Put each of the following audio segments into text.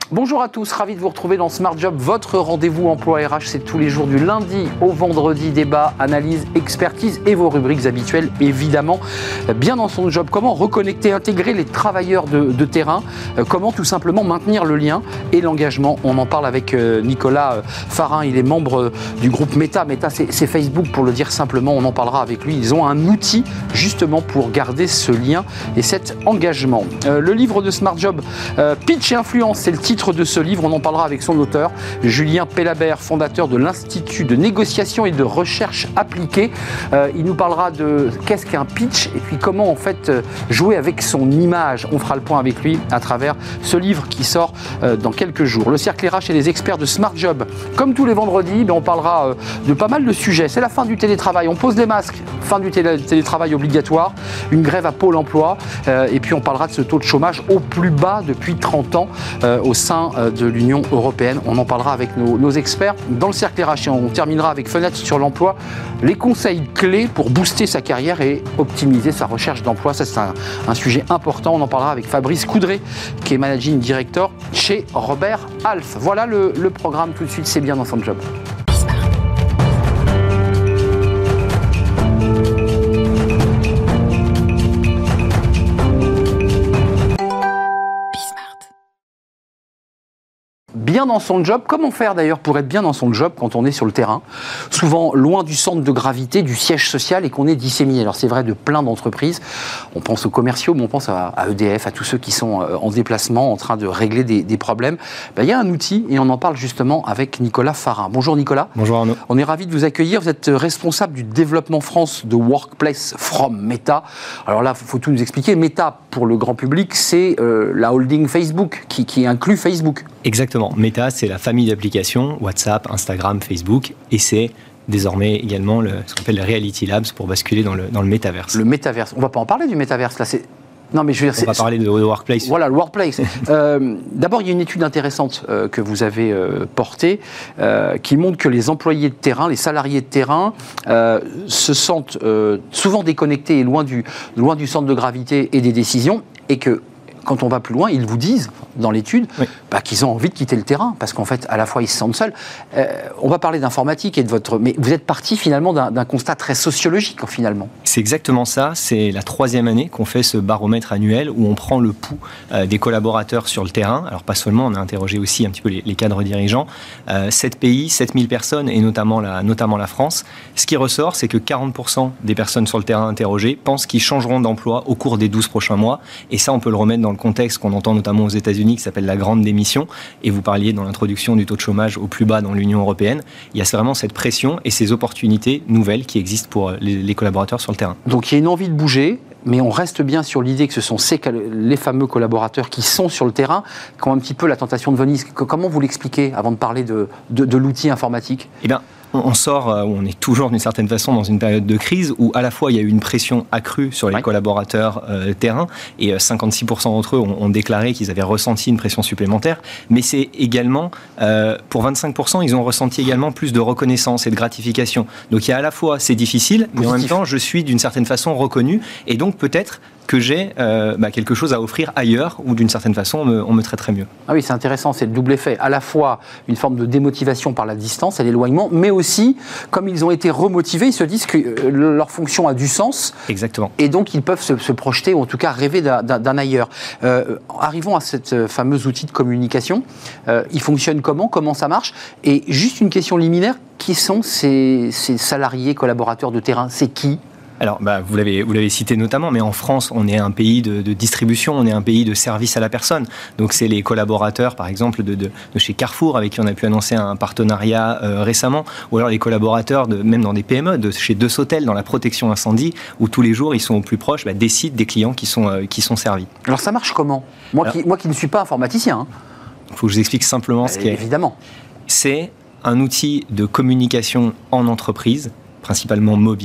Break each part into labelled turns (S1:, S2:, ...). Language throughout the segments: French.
S1: Bonjour à tous, ravi de vous retrouver dans Smart Job, votre rendez-vous emploi RH, c'est tous les jours du lundi au vendredi, débat, analyse, expertise et vos rubriques habituelles, évidemment, bien dans son job. Comment reconnecter, intégrer les travailleurs de terrain, comment tout simplement maintenir le lien et l'engagement. On en parle avec Nicolas Farin, il est membre du groupe Meta. Meta, c'est Facebook pour le dire simplement, on en parlera avec lui. Ils ont un outil justement pour garder ce lien et cet engagement. Le livre de Smart Job, Pitch et Influence, c'est le titre de ce livre, on en parlera avec son auteur, Julien Pellabert, fondateur de l'Institut de négociation et de recherche appliquée. Il nous parlera de qu'est-ce qu'un pitch et puis comment en fait jouer avec son image. On fera le point avec lui à travers ce livre qui sort dans quelques jours. Le cercle RH et les experts de Smart Job. Comme tous les vendredis, on parlera de pas mal de sujets. C'est la fin du télétravail, on pose les masques, fin du télétravail obligatoire, une grève à Pôle emploi et puis on parlera de ce taux de chômage au plus bas depuis 30 ans au sein de l'Union européenne. On en parlera avec nos experts dans le cercle RH et on terminera avec Fenêtre sur l'emploi, les conseils clés pour booster sa carrière et optimiser sa recherche d'emploi. Ça, c'est un sujet important. On en parlera avec Fabrice Coudray, qui est Managing Director chez Robert Half. Voilà le programme tout de suite, c'est bien dans son job. Bien dans son job, comment faire d'ailleurs pour être bien dans son job quand on est sur le terrain, souvent loin du centre de gravité, du siège social et qu'on est disséminé. Alors c'est vrai de plein d'entreprises, on pense aux commerciaux, mais on pense à EDF, à tous ceux qui sont en déplacement, en train de régler des problèmes. Il y a un outil et on en parle justement avec Nicolas Farin. Bonjour Nicolas.
S2: Bonjour Arnaud.
S1: On est ravis de vous accueillir, vous êtes responsable du développement France de Workplace from Meta. Alors là, il faut tout nous expliquer. Meta, pour le grand public, c'est la holding Facebook qui inclut Facebook.
S2: Exactement. Meta, c'est la famille d'applications, WhatsApp, Instagram, Facebook, et c'est désormais également ce qu'on appelle le Reality Labs pour basculer dans le métaverse.
S1: Le métaverse. On ne va pas en parler du métaverse, là. Non, mais je veux dire,
S2: on va parler de Workplace.
S1: Voilà, le Workplace. D'abord, il y a une étude intéressante que vous avez portée qui montre que les employés de terrain, les salariés de terrain se sentent souvent déconnectés et loin du centre de gravité et des décisions, et que quand on va plus loin, ils vous disent, dans l'étude, oui, qu'ils ont envie de quitter le terrain, parce qu'en fait, à la fois, ils se sentent seuls. On va parler d'informatique et de votre... Mais vous êtes parti, finalement, d'un constat très sociologique, finalement.
S2: C'est exactement ça. C'est la 3e année qu'on fait ce baromètre annuel où on prend le pouls des collaborateurs sur le terrain. Alors, pas seulement, on a interrogé aussi un petit peu les cadres dirigeants. 7 pays, 7000 personnes, et notamment la France. Ce qui ressort, c'est que 40% des personnes sur le terrain interrogées pensent qu'ils changeront d'emploi au cours des 12 prochains mois. Et ça, on peut le remettre dans le contexte qu'on entend notamment aux États-Unis, qui s'appelle la grande démission, et vous parliez dans l'introduction du taux de chômage au plus bas dans l'Union européenne. Il y a vraiment cette pression et ces opportunités nouvelles qui existent pour les collaborateurs sur le terrain.
S1: Donc il y a une envie de bouger, mais on reste bien sur l'idée que ce sont les fameux collaborateurs qui sont sur le terrain, qui ont un petit peu la tentation de Venise. Comment vous l'expliquez avant de parler de l'outil informatique ?
S2: Eh bien, on sort, on est toujours d'une certaine façon dans une période de crise où à la fois il y a eu une pression accrue sur les collaborateurs terrain, et 56% d'entre eux ont déclaré qu'ils avaient ressenti une pression supplémentaire, mais c'est également, pour 25%, ils ont ressenti également plus de reconnaissance et de gratification. Donc il y a à la fois, c'est difficile, mais en même temps, je suis d'une certaine façon reconnu, et donc peut-être que j'ai quelque chose à offrir ailleurs, où d'une certaine façon on me traiterait mieux.
S1: Ah oui, c'est intéressant, c'est le double effet. À la fois une forme de démotivation par la distance et l'éloignement, mais aussi, comme ils ont été remotivés, ils se disent que leur fonction a du sens.
S2: Exactement.
S1: Et donc ils peuvent se projeter, ou en tout cas rêver d'un ailleurs. Arrivons à ce fameux outil de communication. Il fonctionne comment ça marche ? Et juste une question liminaire, qui sont ces salariés collaborateurs de terrain ? C'est qui ?
S2: Alors, vous l'avez cité notamment, mais en France, on est un pays de distribution, on est un pays de service à la personne. Donc, c'est les collaborateurs, par exemple, de chez Carrefour, avec qui on a pu annoncer un partenariat récemment, ou alors les collaborateurs, même dans des PME, de chez Deux Hôtels, dans la protection incendie, où tous les jours, ils sont au plus proches des sites, des clients qui sont servis.
S1: Alors, ça marche comment ? Moi qui ne suis pas informaticien.
S2: Il faut que je vous explique simplement ce qu'est.
S1: Évidemment.
S2: C'est un outil de communication en entreprise, principalement mobile,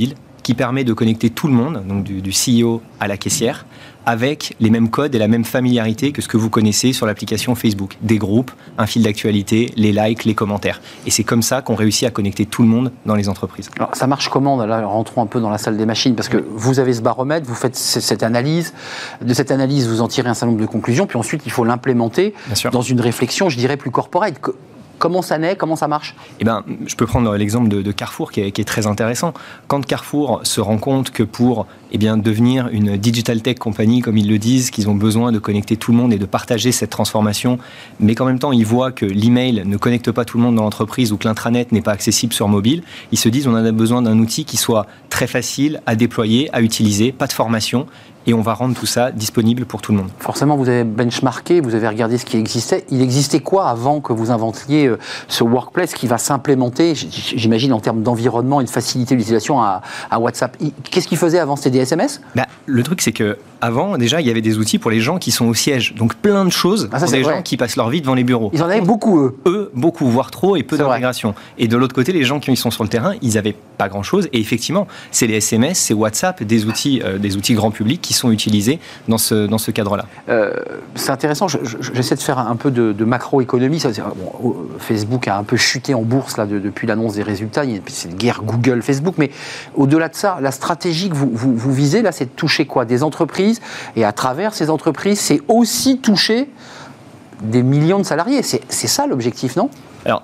S2: qui permet de connecter tout le monde, donc du CEO à la caissière, avec les mêmes codes et la même familiarité que ce que vous connaissez sur l'application Facebook. Des groupes, un fil d'actualité, les likes, les commentaires. Et c'est comme ça qu'on réussit à connecter tout le monde dans les entreprises.
S1: Alors, ça marche comment? Là, rentrons un peu dans la salle des machines, parce que vous avez ce baromètre, vous faites cette analyse. De cette analyse, vous en tirez un certain nombre de conclusions, puis ensuite, il faut l'implémenter dans une réflexion, je dirais, plus corporate. Comment ça naît? Comment ça marche?
S2: Je peux prendre l'exemple de Carrefour qui est très intéressant. Quand Carrefour se rend compte que pour devenir une digital tech company, comme ils le disent, qu'ils ont besoin de connecter tout le monde et de partager cette transformation, mais qu'en même temps ils voient que l'email ne connecte pas tout le monde dans l'entreprise ou que l'intranet n'est pas accessible sur mobile, ils se disent on a besoin d'un outil qui soit très facile à déployer, à utiliser, pas de formation. Et on va rendre tout ça disponible pour tout le monde.
S1: Forcément, vous avez benchmarké, vous avez regardé ce qui existait. Il existait quoi avant que vous inventiez ce workplace qui va s'implémenter, j'imagine, en termes d'environnement et de facilité d'utilisation à WhatsApp? Qu'est-ce qu'il faisait avant? C'était des SMS?
S2: Le truc, c'est qu'avant, déjà, il y avait des outils pour les gens qui sont au siège. Donc, plein de choses pour des gens qui passent leur vie devant les bureaux.
S1: Ils en avaient beaucoup, eux.
S2: Eux, beaucoup, voire trop, et peu d'intégration. Et de l'autre côté, les gens qui sont sur le terrain, ils n'avaient pas grand-chose. Et effectivement, c'est les SMS, c'est WhatsApp, des outils grand public qui sont utilisés dans ce cadre-là.
S1: C'est intéressant, j'essaie de faire un peu de macroéconomie. Facebook a un peu chuté en bourse là, depuis l'annonce des résultats, c'est une guerre Google-Facebook, mais au-delà de ça, la stratégie que vous visez, là, c'est de toucher quoi? Des entreprises, et à travers ces entreprises, c'est aussi toucher des millions de salariés. C'est ça l'objectif, non?
S2: Alors,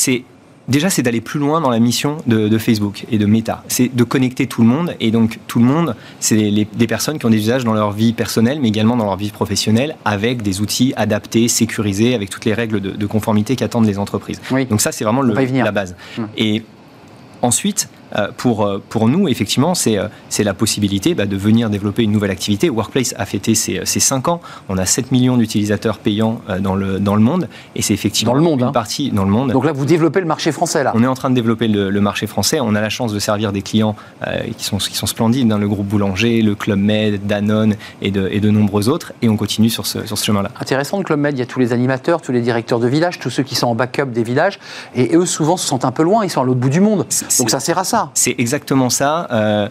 S2: Déjà, c'est d'aller plus loin dans la mission de Facebook et de Meta. C'est de connecter tout le monde. Et donc, tout le monde, c'est des personnes qui ont des usages dans leur vie personnelle, mais également dans leur vie professionnelle, avec des outils adaptés, sécurisés, avec toutes les règles de conformité qu'attendent les entreprises.
S1: Oui.
S2: Donc ça, c'est vraiment la base. Et ensuite, pour nous, effectivement, c'est la possibilité de venir développer une nouvelle activité. Workplace a fêté ses 5 ans. On a 7 millions d'utilisateurs payants dans le monde. Et c'est effectivement une partie dans le monde.
S1: Donc là, vous développez le marché français, là?
S2: On est en train de développer le marché français. On a la chance de servir des clients qui sont splendides, le groupe Boulanger, le Club Med, Danone et de nombreux autres. Et on continue sur ce chemin-là.
S1: Intéressant, le Club Med, il y a tous les animateurs, tous les directeurs de village, tous ceux qui sont en backup des villages. Et eux, souvent, se sentent un peu loin. Ils sont à l'autre bout du monde. Donc ça sert à ça.
S2: C'est exactement ça.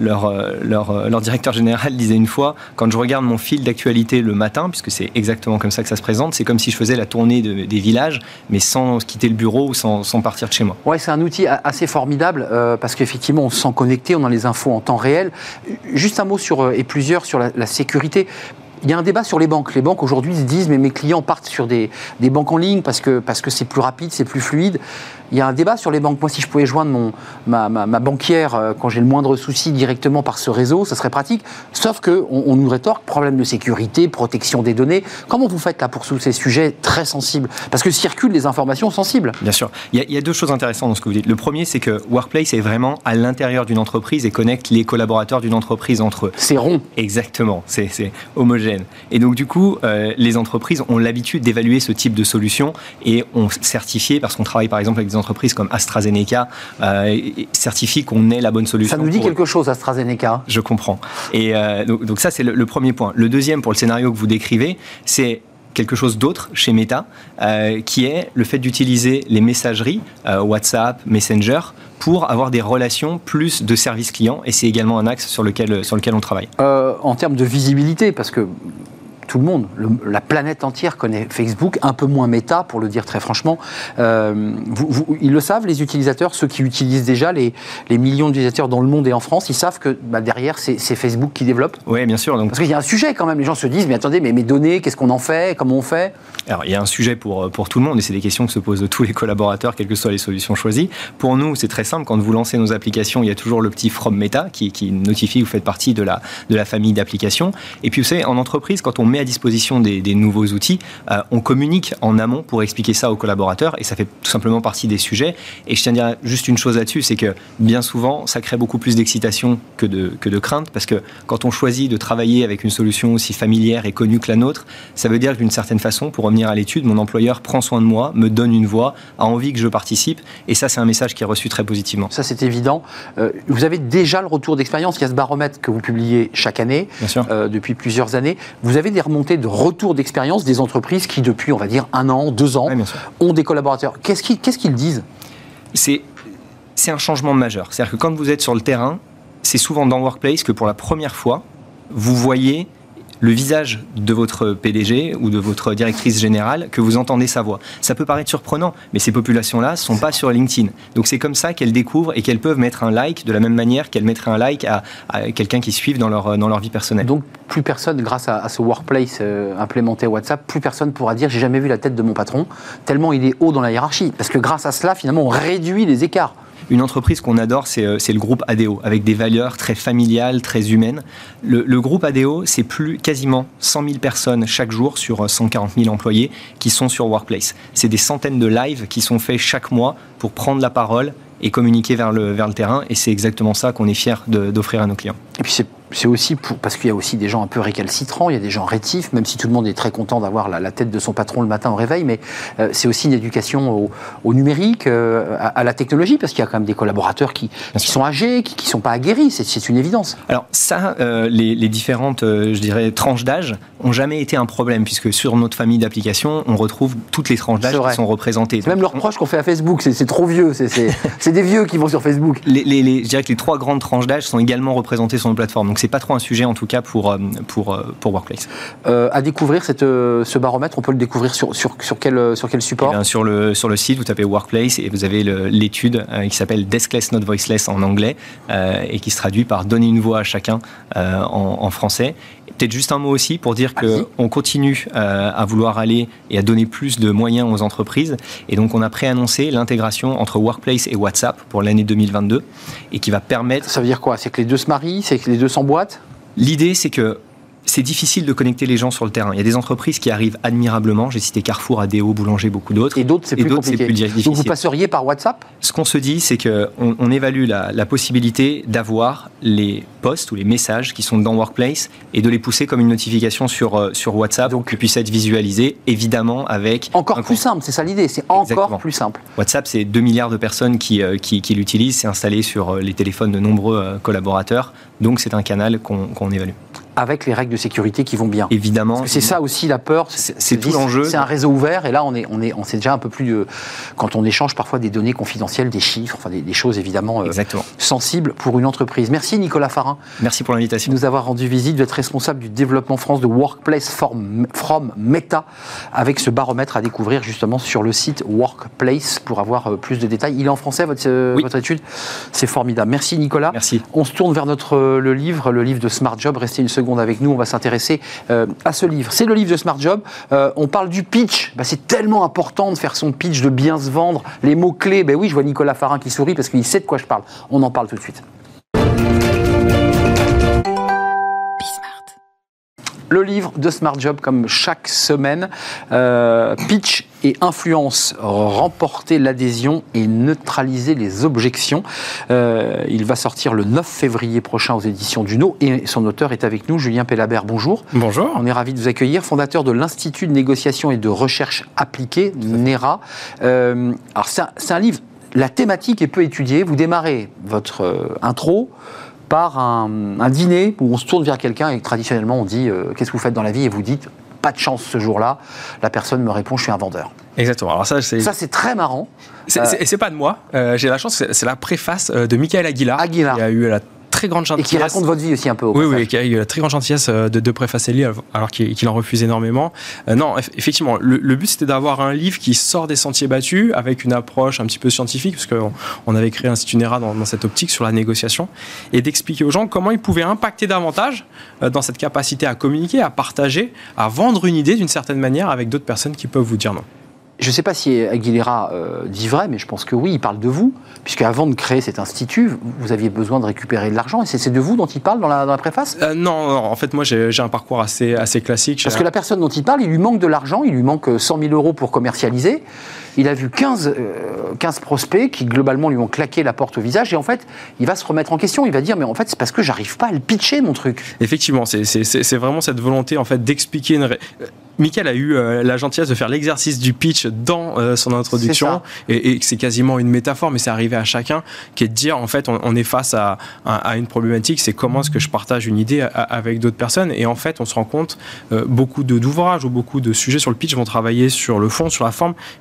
S2: Leur directeur général disait une fois, quand je regarde mon fil d'actualité le matin, puisque c'est exactement comme ça que ça se présente, c'est comme si je faisais la tournée des villages, mais sans quitter le bureau ou sans partir de chez moi.
S1: Ouais, c'est un outil assez formidable parce qu'effectivement, on se sent connecté, on a les infos en temps réel. Juste un mot et plusieurs sur la sécurité. Il y a un débat sur les banques. Les banques aujourd'hui se disent mais mes clients partent sur des banques en ligne parce que c'est plus rapide, c'est plus fluide. Il y a un débat sur les banques. Moi, si je pouvais joindre ma banquière quand j'ai le moindre souci directement par ce réseau, ça serait pratique. Sauf qu'on nous rétorque problème de sécurité, protection des données. Comment vous faites là pour tous ces sujets très sensibles? Parce que circulent des informations sensibles.
S2: Bien sûr. Il y a deux choses intéressantes dans ce que vous dites. Le premier, c'est que Workplace est vraiment à l'intérieur d'une entreprise et connecte les collaborateurs d'une entreprise entre eux.
S1: C'est rond.
S2: Exactement. C'est homogène. Et donc, du coup, les entreprises ont l'habitude d'évaluer ce type de solution et ont certifié, parce qu'on travaille par exemple avec des entreprises comme AstraZeneca, certifient qu'on ait la bonne solution.
S1: Ça nous dit quelque chose, AstraZeneca.
S2: Je comprends. Et donc ça, c'est le premier point. Le deuxième, pour le scénario que vous décrivez, c'est quelque chose d'autre chez Meta, qui est le fait d'utiliser les messageries, WhatsApp, Messenger, pour avoir des relations plus de service client, et c'est également un axe sur lequel on travaille.
S1: En termes de visibilité, parce que tout le monde, la planète entière connaît Facebook, un peu moins Meta, pour le dire très franchement. Ils le savent, les utilisateurs, ceux qui utilisent déjà, les millions d'utilisateurs dans le monde et en France, ils savent que derrière, c'est Facebook qui développe.
S2: Oui, bien sûr. Donc...
S1: Parce qu'il y a un sujet quand même, les gens se disent, mais attendez, mais mes données, qu'est-ce qu'on en fait? Comment on fait?
S2: Alors, il y a un sujet pour tout le monde, et c'est des questions que se posent tous les collaborateurs, quelles que soient les solutions choisies. Pour nous, c'est très simple, quand vous lancez nos applications, il y a toujours le petit From Meta qui notifie que vous faites partie de la famille d'applications. Et puis, vous savez, en entreprise, quand on met à disposition des nouveaux outils, on communique en amont pour expliquer ça aux collaborateurs, et ça fait tout simplement partie des sujets. Et je tiens à dire juste une chose là-dessus, c'est que bien souvent, ça crée beaucoup plus d'excitation que de crainte, parce que quand on choisit de travailler avec une solution aussi familière et connue que la nôtre, ça veut dire que d'une certaine façon, pour revenir à l'étude, mon employeur prend soin de moi, me donne une voix, a envie que je participe, et ça, c'est un message qui est reçu très positivement.
S1: Ça, c'est évident. Vous avez déjà le retour d'expérience. Il y a ce baromètre que vous publiez chaque année, depuis plusieurs années. Vous avez des remontées de retour d'expérience des entreprises qui, depuis, on va dire, 1 an, 2 ans, ont des collaborateurs. Qu'est-ce qu'ils disent?
S2: C'est un changement majeur. C'est-à-dire que quand vous êtes sur le terrain, c'est souvent dans Workplace que pour la première fois, vous voyez le visage de votre PDG ou de votre directrice générale, que vous entendez sa voix. Ça peut paraître surprenant, mais ces populations-là ne sont pas sur LinkedIn. Donc c'est comme ça qu'elles découvrent et qu'elles peuvent mettre un like de la même manière qu'elles mettraient un like à quelqu'un qu'ils suivent dans leur vie personnelle.
S1: Donc plus personne, grâce à ce Workplace implémenté à WhatsApp, plus personne pourra dire « j'ai jamais vu la tête de mon patron », tellement il est haut dans la hiérarchie. Parce que grâce à cela, finalement, on réduit les écarts.
S2: Une entreprise qu'on adore, c'est le groupe ADO, avec des valeurs très familiales, très humaines. Le groupe ADO, c'est quasiment 100 000 personnes chaque jour sur 140 000 employés qui sont sur Workplace. C'est des centaines de lives qui sont faits chaque mois pour prendre la parole et communiquer vers le terrain. Et c'est exactement ça qu'on est fiers d'offrir à nos clients. Et puis
S1: c'est aussi parce qu'il y a aussi des gens un peu récalcitrants, il y a des gens rétifs, même si tout le monde est très content d'avoir la tête de son patron le matin au réveil, mais c'est aussi une éducation au numérique, à la technologie, parce qu'il y a quand même des collaborateurs qui sont âgés, qui ne sont pas aguerris, c'est une évidence.
S2: Alors ça, les différentes, je dirais, tranches d'âge n'ont jamais été un problème, puisque sur notre famille d'applications, on retrouve toutes les tranches d'âge qui sont représentées.
S1: C'est même le reproche qu'on fait à Facebook, c'est trop vieux, c'est des vieux qui vont sur Facebook.
S2: Je dirais que les 3 grandes tranches d'âge sont également représentées sur nos plateformes. Donc c'est pas trop un sujet en tout cas pour Workplace.
S1: À découvrir ce baromètre, on peut le découvrir sur quel support?
S2: Sur le site, vous tapez Workplace et vous avez l'étude qui s'appelle Deskless Not Voiceless en anglais et qui se traduit par donner une voix à chacun en français. Peut-être juste un mot aussi pour dire qu'on continue à vouloir aller et à donner plus de moyens aux entreprises. Et donc, on a préannoncé l'intégration entre Workplace et WhatsApp pour l'année 2022 et qui va permettre...
S1: Ça veut dire quoi? C'est que les deux se marient? C'est que les deux s'emboîtent?
S2: L'idée, c'est que c'est difficile de connecter les gens sur le terrain. Il y a des entreprises qui arrivent admirablement. J'ai cité Carrefour, ADO, Boulanger, beaucoup d'autres.
S1: Et d'autres, c'est plus compliqué.
S2: Donc
S1: vous passeriez par WhatsApp?
S2: Ce qu'on se dit, c'est qu'on évalue la possibilité d'avoir les posts ou les messages qui sont dans Workplace et de les pousser comme une notification sur WhatsApp, donc qu'ils puissent être visualisés, évidemment, avec...
S1: Encore plus simple, c'est ça l'idée, c'est encore plus simple.
S2: WhatsApp, c'est 2 milliards de personnes qui l'utilisent. C'est installé sur les téléphones de nombreux collaborateurs. Donc, c'est un canal qu'on évalue.
S1: Avec les règles de sécurité qui vont bien.
S2: Évidemment.
S1: Parce que c'est ça aussi la peur.
S2: C'est tout l'enjeu.
S1: C'est un réseau ouvert et là on sait déjà un peu plus quand on échange parfois des données confidentielles, des chiffres, enfin des choses évidemment sensibles pour une entreprise. Merci Nicolas Farin.
S2: Merci pour l'invitation.
S1: De nous avoir rendu visite. Vous êtes responsable du développement France de Workplace from Meta avec ce baromètre à découvrir justement sur le site Workplace pour avoir plus de détails. Il est en français votre étude. C'est formidable. Merci Nicolas.
S2: Merci.
S1: On se tourne vers le livre de Smart Job. Restez une seconde avec nous, on va s'intéresser à ce livre. C'est le livre de Smart Job. On parle du pitch. C'est tellement important de faire son pitch, de bien se vendre. Les mots-clés, oui, je vois Nicolas Farin qui sourit parce qu'il sait de quoi je parle. On en parle tout de suite. Le livre de Smart Job, comme chaque semaine, pitch et influence, remporter l'adhésion et neutraliser les objections. Il va sortir le 9 février prochain aux éditions Duno et son auteur est avec nous, Julien Pellabert. Bonjour.
S3: Bonjour.
S1: On est ravis de vous accueillir, fondateur de l'Institut de négociation et de recherche appliquée, NERA. Alors c'est un livre, la thématique est peu étudiée. Vous démarrez votre intro par un dîner où on se tourne vers quelqu'un et traditionnellement on dit qu'est-ce que vous faites dans la vie et vous dites pas de chance ce jour-là. La personne me répond je suis un vendeur.
S3: Exactement. Alors ça
S1: c'est très marrant.
S3: C'est pas de moi. J'ai la chance, c'est la préface de Michael Aguilar. Qui a eu la très grande gentillesse.
S1: Et qui raconte votre vie aussi un peu au passage.
S3: Oui, qui a eu la très grande gentillesse de préfacer le livre alors qu'il en refuse énormément. Non, effectivement, le but c'était d'avoir un livre qui sort des sentiers battus avec une approche un petit peu scientifique parce qu'on avait créé l'Institut NERA dans cette optique sur la négociation et d'expliquer aux gens comment ils pouvaient impacter davantage dans cette capacité à communiquer, à partager, à vendre une idée d'une certaine manière avec d'autres personnes qui peuvent vous dire non.
S1: Je ne sais pas si Aguilera dit vrai, mais je pense que oui, il parle de vous, puisque avant de créer cet institut, vous aviez besoin de récupérer de l'argent, et c'est de vous dont il parle dans la préface ?
S3: Non, en fait, moi j'ai un parcours assez classique.
S1: Parce que la personne dont il parle, il lui manque de l'argent, il lui manque 100 000 euros pour commercialiser. Il a vu 15 prospects qui, globalement, lui ont claqué la porte au visage, et en fait, il va se remettre en question, il va dire, mais en fait, c'est parce que j'arrive pas à le pitcher, mon truc.
S3: Effectivement, c'est vraiment cette volonté, en fait, d'expliquer Michael a eu la gentillesse de faire l'exercice du pitch dans son introduction et c'est quasiment une métaphore, mais c'est arrivé à chacun, qui est de dire en fait on est face à une problématique, c'est comment est-ce que je partage une idée avec d'autres personnes et en fait on se rend compte beaucoup d'ouvrages ou beaucoup de sujets sur le pitch vont travailler sur le fond, sur la forme, mais qui manquent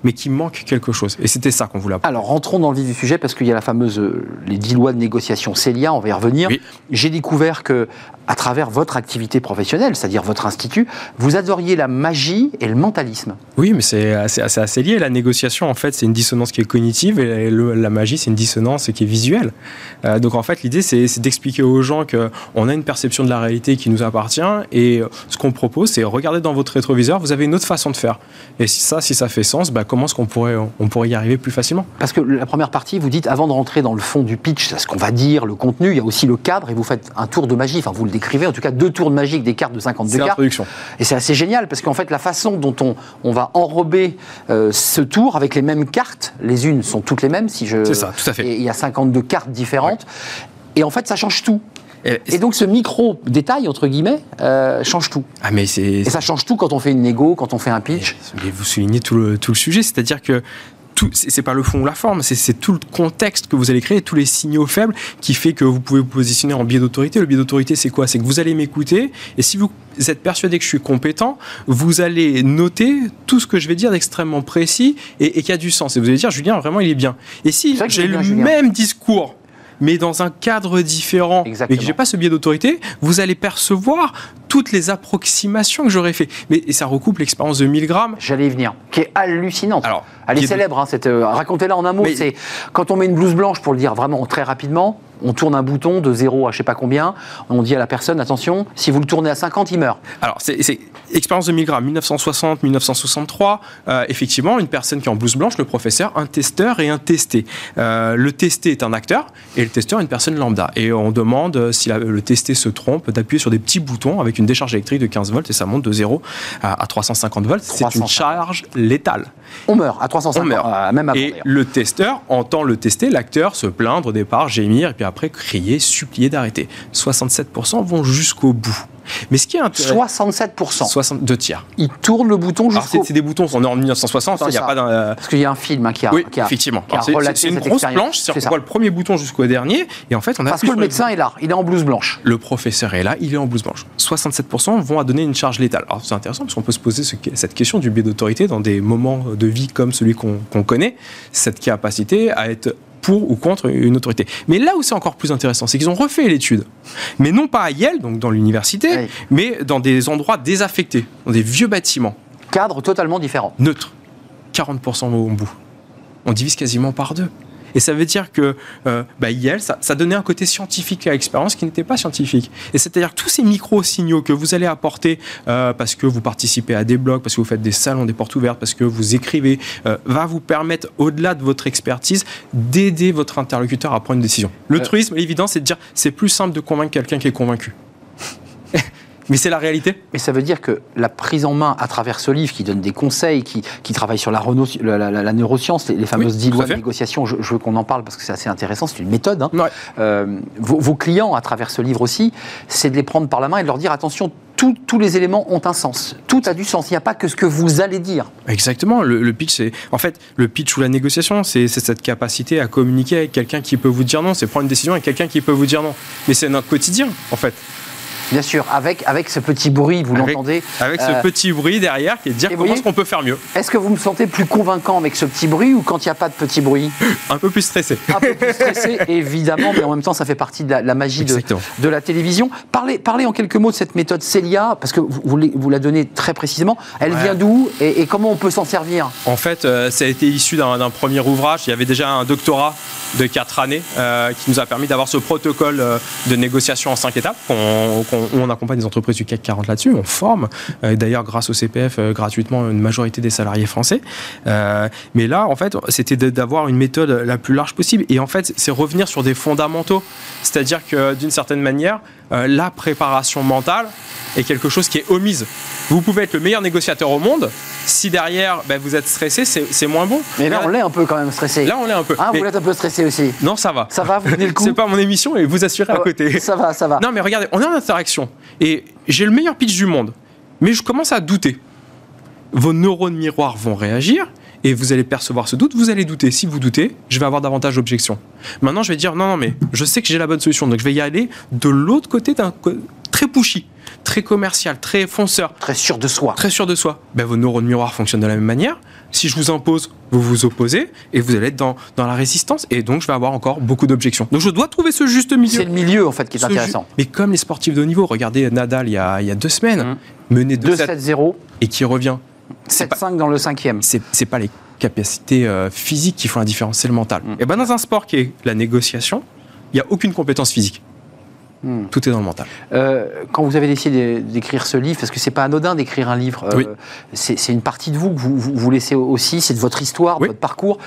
S3: manque quelque chose. Et c'était ça qu'on voulait apporter.
S1: Alors, rentrons dans le vif du sujet, parce qu'il y a la fameuse, les 10 lois de négociation Célia, on va y revenir. Oui. J'ai découvert que, à travers votre activité professionnelle, c'est-à-dire votre institut, vous adoriez la magie et le mentalisme.
S3: Oui, mais c'est assez lié. La négociation, en fait, c'est une dissonance qui est cognitive, et la magie, c'est une dissonance qui est visuelle. Donc, en fait, l'idée, c'est d'expliquer aux gens qu'on a une perception de la réalité qui nous appartient, et ce qu'on propose, c'est regarder dans votre rétroviseur, vous avez une autre façon de faire. Et si ça fait sens, comment est-ce qu'on pourrait y arriver plus facilement?
S1: Parce que la première partie, vous dites, avant de rentrer dans le fond du pitch, c'est ce qu'on va dire, le contenu, il y a aussi le cadre, et vous faites un tour de magie, enfin, vous le décrivez, en tout cas 2 tours de magie avec des cartes de 52 cartes. Et c'est assez génial, parce qu'en fait, la façon dont on va enrober ce tour avec les mêmes cartes, les unes sont toutes les mêmes,
S3: c'est ça, tout à fait.
S1: Et il y a 52 cartes différentes, et en fait, ça change tout. Et donc ce micro-détail, entre guillemets, change tout. Et ça change tout quand on fait une négo, quand on fait un pitch.
S3: Et vous soulignez tout le sujet, c'est-à-dire que c'est pas le fond ou la forme, c'est tout le contexte que vous allez créer, tous les signaux faibles qui fait que vous pouvez vous positionner en biais d'autorité. Le biais d'autorité, c'est quoi? C'est que vous allez m'écouter, et si vous êtes persuadé que je suis compétent, vous allez noter tout ce que je vais dire d'extrêmement précis et qui a du sens. Et vous allez dire, Julien, vraiment, il est bien. Et si j'ai le même discours, mais dans un cadre différent, et que je n'ai pas ce biais d'autorité, vous allez percevoir toutes les approximations que j'aurais fait. Et ça recoupe l'expérience de Milgram.
S1: J'allais y venir, qui est hallucinante. Alors, elle est célèbre, racontez-la en un mot. C'est quand on met une blouse blanche, pour le dire vraiment très rapidement, on tourne un bouton de 0 à je ne sais pas combien, on dit à la personne, attention, si vous le tournez à 50, il meurt.
S3: Alors, c'est expérience de Milgram, 1960-1963, effectivement, une personne qui est en blouse blanche, le professeur, un testeur et un testé. Le testé est un acteur, et le testeur est une personne lambda. Et on demande, si le testé se trompe, d'appuyer sur des petits boutons avec une décharge électrique de 15 volts, et ça monte de 0 à 350 volts. C'est une charge létale.
S1: On meurt à 350,
S3: on meurt.
S1: Même avant.
S3: Et le testeur entend le testé, l'acteur se plaindre au départ, gémir, et puis après crier, supplier d'arrêter. 67% vont jusqu'au bout. Mais ce qui est intéressant,
S1: 67%.
S3: 62 tiers.
S1: Ils tournent le bouton jusqu'au...
S3: C'est des boutons, on est en 1960, il n'y a pas d'un...
S1: Parce qu'il y a un film qui a...
S3: Oui, effectivement. C'est une grosse planche, on voit le premier bouton jusqu'au dernier, et en fait on a...
S1: Parce que le médecin est là, il est en blouse blanche.
S3: Le professeur est là, il est en blouse blanche. 67% vont donner une charge létale. Alors c'est intéressant, parce qu'on peut se poser cette question du biais d'autorité dans des moments de vie comme celui qu'on connaît, cette capacité à être pour ou contre une autorité. Mais là où c'est encore plus intéressant, c'est qu'ils ont refait l'étude. Mais non pas à Yale, donc dans l'université, oui, mais dans des endroits désaffectés, dans des vieux bâtiments.
S1: Cadre totalement différent.
S3: Neutre. 40% vont au bout. On divise quasiment par 2. Et ça veut dire que Yale, ça donnait un côté scientifique à l'expérience qui n'était pas scientifique. Et c'est-à-dire que tous ces micro-signaux que vous allez apporter parce que vous participez à des blogs, parce que vous faites des salons, des portes ouvertes, parce que vous écrivez, va vous permettre, au-delà de votre expertise, d'aider votre interlocuteur à prendre une décision. Le truisme, l'évidence, c'est de dire c'est plus simple de convaincre quelqu'un qui est convaincu. Mais c'est la réalité.
S1: Mais ça veut dire que la prise en main à travers ce livre qui donne des conseils, qui travaille sur la neuroscience, les fameuses 10 lois de négociation, je veux qu'on en parle parce que c'est assez intéressant, c'est une méthode. Hein. Ouais. Vos clients, à travers ce livre aussi, c'est de les prendre par la main et de leur dire attention, tous les éléments ont un sens. Tout a du sens. Il n'y a pas que ce que vous allez dire.
S3: Exactement. Le pitch, c'est... En fait, le pitch ou la négociation, c'est cette capacité à communiquer avec quelqu'un qui peut vous dire non. C'est prendre une décision avec quelqu'un qui peut vous dire non. Mais c'est notre quotidien, en fait.
S1: Bien sûr, avec ce petit bruit, vous l'entendez.
S3: Avec ce petit bruit derrière qui est de dire comment est-ce qu'on peut faire mieux.
S1: Est-ce que vous me sentez plus convaincant avec ce petit bruit ou quand il n'y a pas de petit bruit?
S3: Un peu plus stressé.
S1: Un peu plus stressé, évidemment, mais en même temps, ça fait partie de la magie de la télévision. Parlez en quelques mots de cette méthode Célia, parce que vous la donnez très précisément. Elle vient d'où et comment on peut s'en servir?
S3: En fait, ça a été issu d'un premier ouvrage. Il y avait déjà un doctorat de 4 années qui nous a permis d'avoir ce protocole de négociation en 5 étapes on accompagne des entreprises du CAC 40 là-dessus, on forme, d'ailleurs grâce au CPF gratuitement une majorité des salariés français. Mais là, en fait, c'était d'avoir une méthode la plus large possible. Et en fait, c'est revenir sur des fondamentaux. C'est-à-dire que d'une certaine manière, la préparation mentale est quelque chose qui est omise. Vous pouvez être le meilleur négociateur au monde, si derrière vous êtes stressé, c'est moins bon.
S1: Mais là, on l'est un peu quand même stressé.
S3: Là, on l'est un peu.
S1: Ah, vous l'êtes un peu stressé aussi?
S3: Non, ça va.
S1: Ça va, vous tenez le coup?
S3: C'est pas mon émission et vous assurez à côté.
S1: Ça va.
S3: Non, mais regardez, on est en interaction. Et j'ai le meilleur pitch du monde. Mais je commence à douter. Vos neurones miroirs vont réagir et vous allez percevoir ce doute, vous allez douter. Si vous doutez, je vais avoir davantage d'objections. Maintenant, je vais dire non, mais je sais que j'ai la bonne solution. Donc, je vais y aller de l'autre côté très pushy, très commercial, très fonceur.
S1: Très sûr de soi.
S3: Très sûr de soi. Vos neurones miroirs fonctionnent de la même manière. Si je vous impose, vous vous opposez et vous allez être dans la résistance et donc je vais avoir encore beaucoup d'objections. Donc je dois trouver ce juste milieu.
S1: C'est le milieu en fait qui est intéressant.
S3: Mais comme les sportifs de haut niveau, regardez Nadal il y a 2 semaines, mené
S1: 2-7-0
S3: et qui revient.
S1: 7-5 dans le 5e.
S3: C'est pas les capacités physiques qui font la différence, c'est le mental. Et ben dans un sport qui est la négociation, il n'y a aucune compétence physique. Tout est dans le mental.
S1: Quand vous avez décidé d'écrire ce livre, parce que c'est pas anodin d'écrire un livre,
S3: oui.
S1: C'est une partie de vous que vous laissez aussi, c'est de votre histoire, de votre parcours.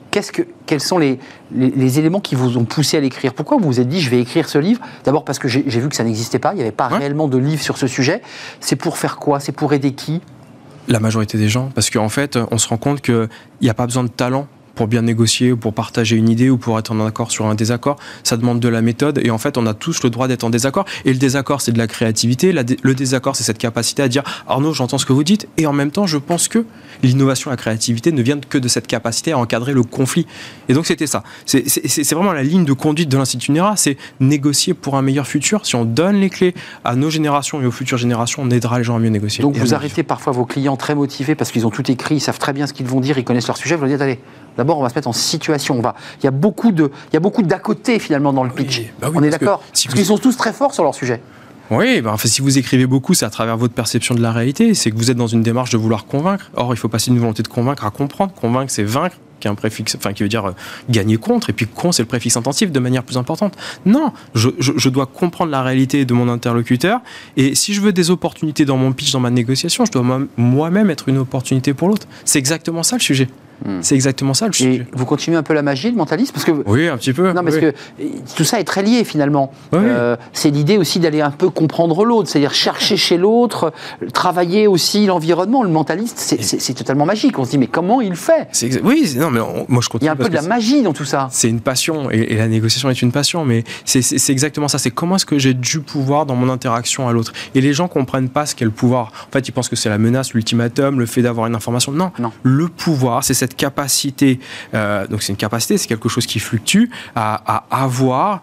S1: Quels sont les éléments qui vous ont poussé à l'écrire? Pourquoi vous vous êtes dit je vais écrire ce livre? D'abord parce que j'ai vu que ça n'existait pas, il n'y avait pas réellement de livre sur ce sujet. C'est pour faire quoi? C'est pour aider qui?
S3: La majorité des gens, parce qu'en fait, on se rend compte qu'il n'y a pas besoin de talent pour bien négocier, ou pour partager une idée, ou pour être en accord sur un désaccord. Ça demande de la méthode, et en fait, on a tous le droit d'être en désaccord. Et le désaccord, c'est de la créativité. Le désaccord, c'est cette capacité à dire « Arnaud, j'entends ce que vous dites, et en même temps, je pense que l'innovation et la créativité ne viennent que de cette capacité à encadrer le conflit. » Et donc, c'était ça. C'est vraiment la ligne de conduite de l'Institut NERA, c'est négocier pour un meilleur futur. Si on donne les clés à nos générations et aux futures générations, on aidera les gens à mieux négocier.
S1: Donc, vous arrêtez parfois vos clients très motivés parce qu'ils ont tout écrit, ils savent très bien ce qu'ils vont dire, ils connaissent leur sujet, vous leur dites « Allez, d'abord, on va se mettre en situation. Il y a beaucoup d'à côté, finalement, dans le pitch. On est d'accord? Parce qu'ils sont tous très forts sur leur sujet.
S3: Oui, si vous écrivez beaucoup, c'est à travers votre perception de la réalité. C'est que vous êtes dans une démarche de vouloir convaincre. Or, il faut passer d'une volonté de convaincre à comprendre. Convaincre, c'est vaincre, qui est un préfixe, qui veut dire gagner contre. Et puis, con, c'est le préfixe intensif de manière plus importante. Non, je dois comprendre la réalité de mon interlocuteur. Et si je veux des opportunités dans mon pitch, dans ma négociation, je dois moi-même être une opportunité pour l'autre. C'est exactement ça le sujet. C'est exactement ça le sujet.
S1: Et vous continuez un peu la magie, le mentalisme, parce que
S3: oui, un petit peu.
S1: Non, parce que tout ça est très lié finalement. Oui. C'est l'idée aussi d'aller un peu comprendre l'autre, c'est-à-dire chercher chez l'autre, travailler aussi l'environnement. Le mentaliste, c'est totalement magique. On se dit mais comment il fait?
S3: Oui, non, mais moi je continue.
S1: Il y a un peu de la magie dans tout ça.
S3: C'est une passion et la négociation est une passion, mais c'est exactement ça. C'est comment est-ce que j'ai du pouvoir dans mon interaction à l'autre. Et les gens comprennent pas ce qu'est le pouvoir. En fait, ils pensent que c'est la menace, l'ultimatum, le fait d'avoir une information. Non. Le pouvoir, c'est cette capacité, donc c'est une capacité, c'est quelque chose qui fluctue, à avoir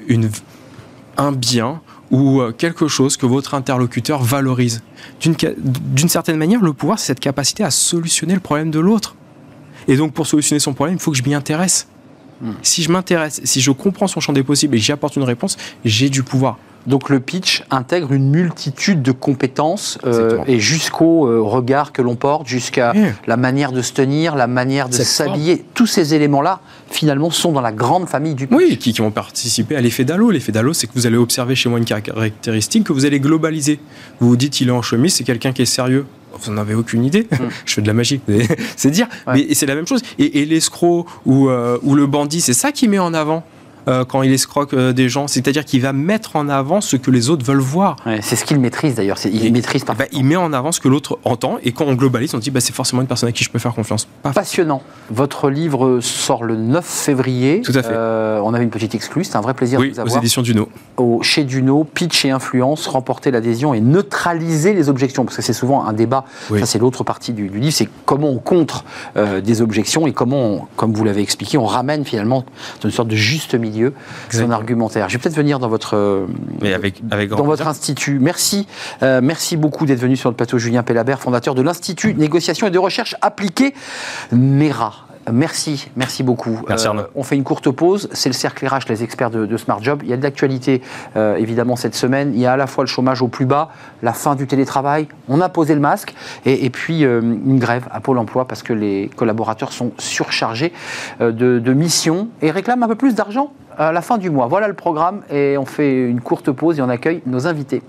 S3: un bien ou quelque chose que votre interlocuteur valorise. D'une certaine manière, le pouvoir, c'est cette capacité à solutionner le problème de l'autre. Et donc, pour solutionner son problème, il faut que je m'y intéresse. Si je m'intéresse, si je comprends son champ des possibles et j'y apporte une réponse, j'ai du pouvoir.
S1: Donc le pitch intègre une multitude de compétences et jusqu'au regard que l'on porte, jusqu'à la manière de se tenir, la manière de s'habiller. Tous ces éléments-là, finalement, sont dans la grande famille du pitch.
S3: Oui, qui vont participer à l'effet d'halo. L'effet d'halo, c'est que vous allez observer chez moi une caractéristique que vous allez globaliser. Vous vous dites, il est en chemise, c'est quelqu'un qui est sérieux. Vous n'en avez aucune idée. Je fais de la magie. C'est dire. Mais c'est la même chose. Et l'escroc ou le bandit, c'est ça qui met en avant. Quand il escroque des gens, c'est-à-dire qu'il va mettre en avant ce que les autres veulent voir.
S1: Ouais, c'est ce qu'il maîtrise d'ailleurs, il maîtrise parfaitement.
S3: Il met en avant ce que l'autre entend, et quand on globalise, on dit c'est forcément une personne à qui je peux faire confiance.
S1: Passionnant. Votre livre sort le 9 février.
S3: Tout à fait.
S1: On avait une petite exclue, c'est un vrai plaisir de vous avoir.
S3: Aux éditions Duno.
S1: Chez Duno, pitch et influence, remporter l'adhésion et neutraliser les objections, parce que c'est souvent un débat, ça c'est l'autre partie du livre, c'est comment on contre des objections et comment, comme vous l'avez expliqué, on ramène finalement une sorte de juste milieu. Son argumentaire. Je vais peut-être venir dans votre institut. Merci. Merci beaucoup d'être venu sur le plateau. Julien Pellabert, fondateur de l'Institut Négociation et de Recherche Appliquée NERA. Merci beaucoup.
S3: Merci Arnaud.
S1: On fait une courte pause. C'est le cercle RH, les experts de Smart Job. Il y a de l'actualité, évidemment, cette semaine. Il y a à la fois le chômage au plus bas, la fin du télétravail. On a posé le masque. Et puis, une grève à Pôle emploi parce que les collaborateurs sont surchargés de missions et réclament un peu plus d'argent à la fin du mois. Voilà le programme. Et on fait une courte pause et on accueille nos invités.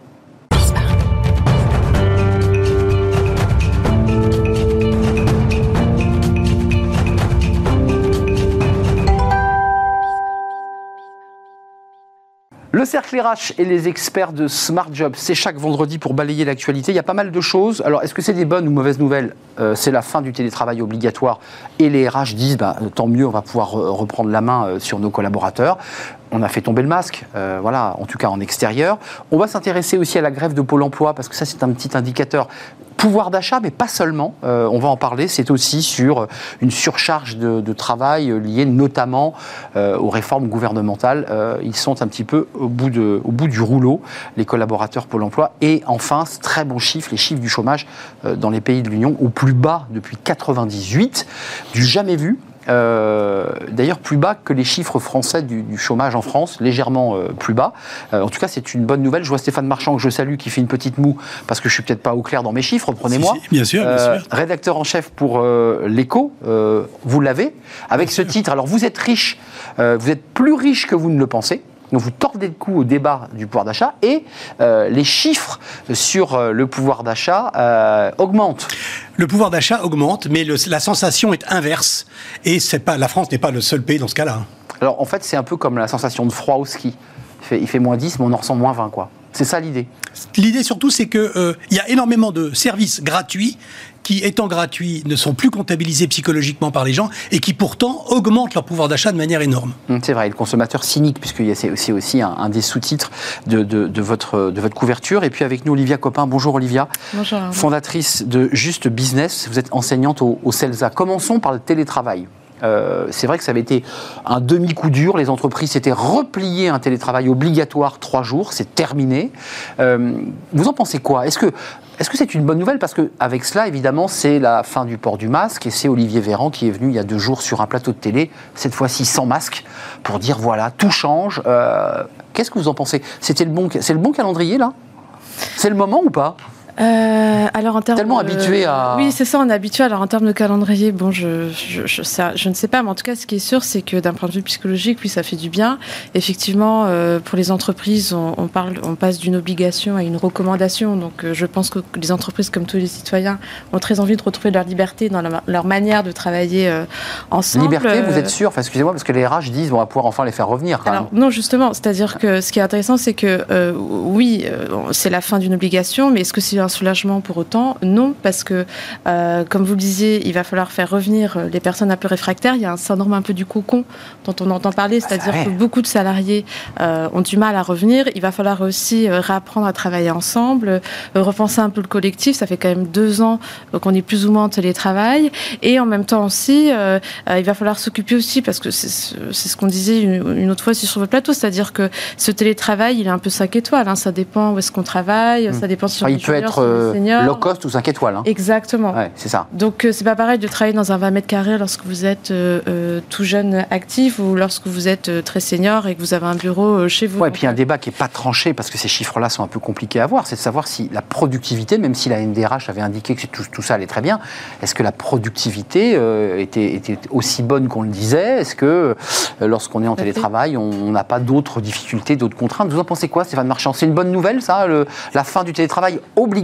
S1: Le cercle RH et les experts de Smart Job, c'est chaque vendredi pour balayer l'actualité. Il y a pas mal de choses. Alors, est-ce que c'est des bonnes ou mauvaises nouvelles? C'est la fin du télétravail obligatoire et les RH disent tant mieux, on va pouvoir reprendre la main sur nos collaborateurs. on a fait tomber le masque, voilà, en tout cas en extérieur. On va s'intéresser aussi à la grève de Pôle emploi, parce que ça, c'est un petit indicateur. Pouvoir d'achat, mais pas seulement, on va en parler, c'est aussi sur une surcharge de travail liée notamment aux réformes gouvernementales. Ils sont un petit peu au bout du rouleau, les collaborateurs Pôle emploi. Et enfin, très bons chiffres, les chiffres du chômage dans les pays de l'Union, au plus bas depuis 1998, du jamais vu. D'ailleurs plus bas que les chiffres français du chômage en France, légèrement plus bas. En tout cas, c'est une bonne nouvelle. Je vois Stéphane Marchand, que je salue, qui fait une petite moue, parce que je suis peut-être pas au clair dans mes chiffres, reprenez-moi.
S4: Si, bien sûr, bien sûr.
S1: Rédacteur en chef pour l'Écho, vous l'avez, avec bien ce sûr. Titre. Alors vous êtes riche, vous êtes plus riche que vous ne le pensez. Donc vous tordez le cou au débat du pouvoir d'achat et les chiffres sur le pouvoir d'achat augmentent.
S4: Le pouvoir d'achat augmente, mais la sensation est inverse. Et la France n'est pas le seul pays dans ce cas-là.
S1: Alors en fait, c'est un peu comme la sensation de froid au ski. Il fait moins 10, mais on en ressent moins 20, quoi. C'est ça l'idée.
S4: L'idée surtout, c'est qu'il y a énormément de services gratuits qui, étant gratuits, ne sont plus comptabilisés psychologiquement par les gens et qui pourtant augmentent leur pouvoir d'achat de manière énorme.
S1: C'est vrai, le consommateur cynique, puisque c'est aussi un des sous-titres de votre couverture. Et puis avec nous, Olivia Copin. Bonjour Olivia.
S5: Bonjour.
S1: Fondatrice de Juste Business. Vous êtes enseignante au CELSA. Commençons par le télétravail. C'est vrai que ça avait été un demi-coup dur. Les entreprises s'étaient repliées un télétravail obligatoire 3 jours. C'est terminé. Vous en pensez quoi ? Est-ce que c'est une bonne nouvelle ? Parce qu'avec cela, évidemment, c'est la fin du port du masque. Et c'est Olivier Véran qui est venu il y a 2 jours sur un plateau de télé, cette fois-ci sans masque, pour dire voilà, tout change. Qu'est-ce que vous en pensez ? C'est le bon calendrier, là ? C'est le moment ou pas ?
S5: Alors en termes
S1: tellement habitué à...
S5: Oui, c'est ça, on est habitué. Alors en termes de calendrier, bon, je ne sais pas, mais en tout cas, ce qui est sûr, c'est que d'un point de vue psychologique, oui, ça fait du bien. Effectivement, pour les entreprises, on passe d'une obligation à une recommandation. Donc, je pense que les entreprises, comme tous les citoyens, ont très envie de retrouver leur liberté dans leur manière de travailler ensemble.
S1: Liberté, vous êtes sûr ? Enfin, excusez-moi, parce que les RH disent on va pouvoir enfin les faire revenir.
S5: Alors non, justement, c'est-à-dire que ce qui est intéressant, c'est que oui, c'est la fin d'une obligation, mais est-ce que c'est un soulagement pour autant? Non, parce que, comme vous le disiez, il va falloir faire revenir les personnes un peu réfractaires. Il y a un syndrome un peu du cocon dont on entend parler, c'est-à-dire que beaucoup de salariés ont du mal à revenir. Il va falloir aussi réapprendre à travailler ensemble, repenser un peu le collectif. Ça fait quand même 2 ans qu'on est plus ou moins en télétravail. Et en même temps aussi, il va falloir s'occuper aussi, parce que c'est ce qu'on disait une autre fois aussi sur votre plateau, c'est-à-dire que ce télétravail, il est un peu 5 étoiles. Hein. Ça dépend où est-ce qu'on travaille, ça dépend si on est junior,
S1: low cost ou 5 étoiles. Hein.
S5: Exactement.
S1: Ouais, c'est ça.
S5: Donc, c'est pas pareil de travailler dans un 20 mètres carrés lorsque vous êtes tout jeune actif ou lorsque vous êtes très senior et que vous avez un bureau chez vous.
S1: Ouais, et puis un débat qui n'est pas tranché, parce que ces chiffres-là sont un peu compliqués à voir, c'est de savoir si la productivité, même si la NDRH avait indiqué que tout ça allait très bien, est-ce que la productivité était aussi bonne qu'on le disait ? Est-ce que lorsqu'on est en télétravail, on n'a pas d'autres difficultés, d'autres contraintes ? Vous en pensez quoi, Stéphane Marchand ? C'est une bonne nouvelle, ça, la fin du télétravail obligatoire ?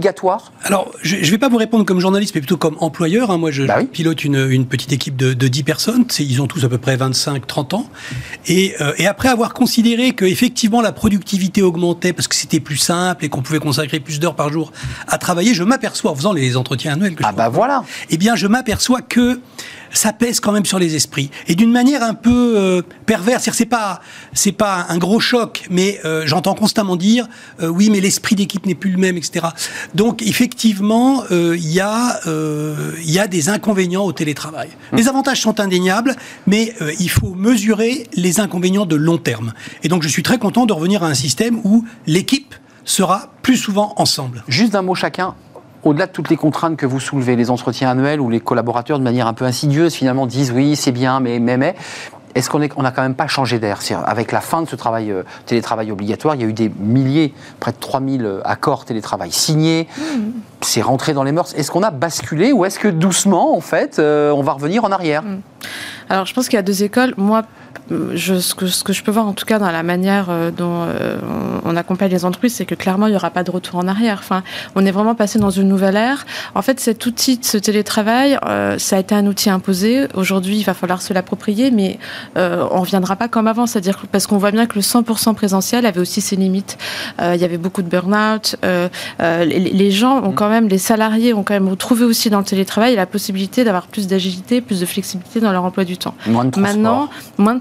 S4: Alors, je ne vais pas vous répondre comme journaliste, mais plutôt comme employeur. Hein. Moi, je pilote une petite équipe de 10 personnes. Ils ont tous à peu près 25-30 ans. Et après avoir considéré qu'effectivement, la productivité augmentait parce que c'était plus simple et qu'on pouvait consacrer plus d'heures par jour à travailler, je m'aperçois, en faisant les entretiens annuels que je fais, je m'aperçois que ça pèse quand même sur les esprits. Et d'une manière un peu perverse. C'est pas un gros choc, mais j'entends constamment dire oui, mais l'esprit d'équipe n'est plus le même, etc. Donc, effectivement, il y a des inconvénients au télétravail. Les avantages sont indéniables, mais il faut mesurer les inconvénients de long terme. Et donc, je suis très content de revenir à un système où l'équipe sera plus souvent ensemble.
S1: Juste d'un mot chacun. Au-delà de toutes les contraintes que vous soulevez, les entretiens annuels où les collaborateurs, de manière un peu insidieuse, finalement disent oui, c'est bien, mais est-ce qu'on n'a quand même pas changé d'air ? Avec la fin de ce télétravail obligatoire, il y a eu des milliers, près de 3000 accords télétravail signés. C'est rentré dans les mœurs. Est-ce qu'on a basculé ou est-ce que doucement, en fait, on va revenir en arrière ?
S5: Alors, je pense qu'il y a 2 écoles. Moi, ce que je peux voir, en tout cas, dans la manière dont on accompagne les entreprises, c'est que clairement, il n'y aura pas de retour en arrière. Enfin, on est vraiment passé dans une nouvelle ère. En fait, cet outil, ce télétravail, ça a été un outil imposé. Aujourd'hui, il va falloir se l'approprier, mais on ne reviendra pas comme avant. C'est-à-dire parce qu'on voit bien que le 100% présentiel avait aussi ses limites. Il y avait beaucoup de burn-out. Les gens ont quand même, les salariés ont quand même retrouvé aussi dans le télétravail la possibilité d'avoir plus d'agilité, plus de flexibilité dans leur emploi du temps.
S1: Moins de transport.
S5: Maintenant, moins de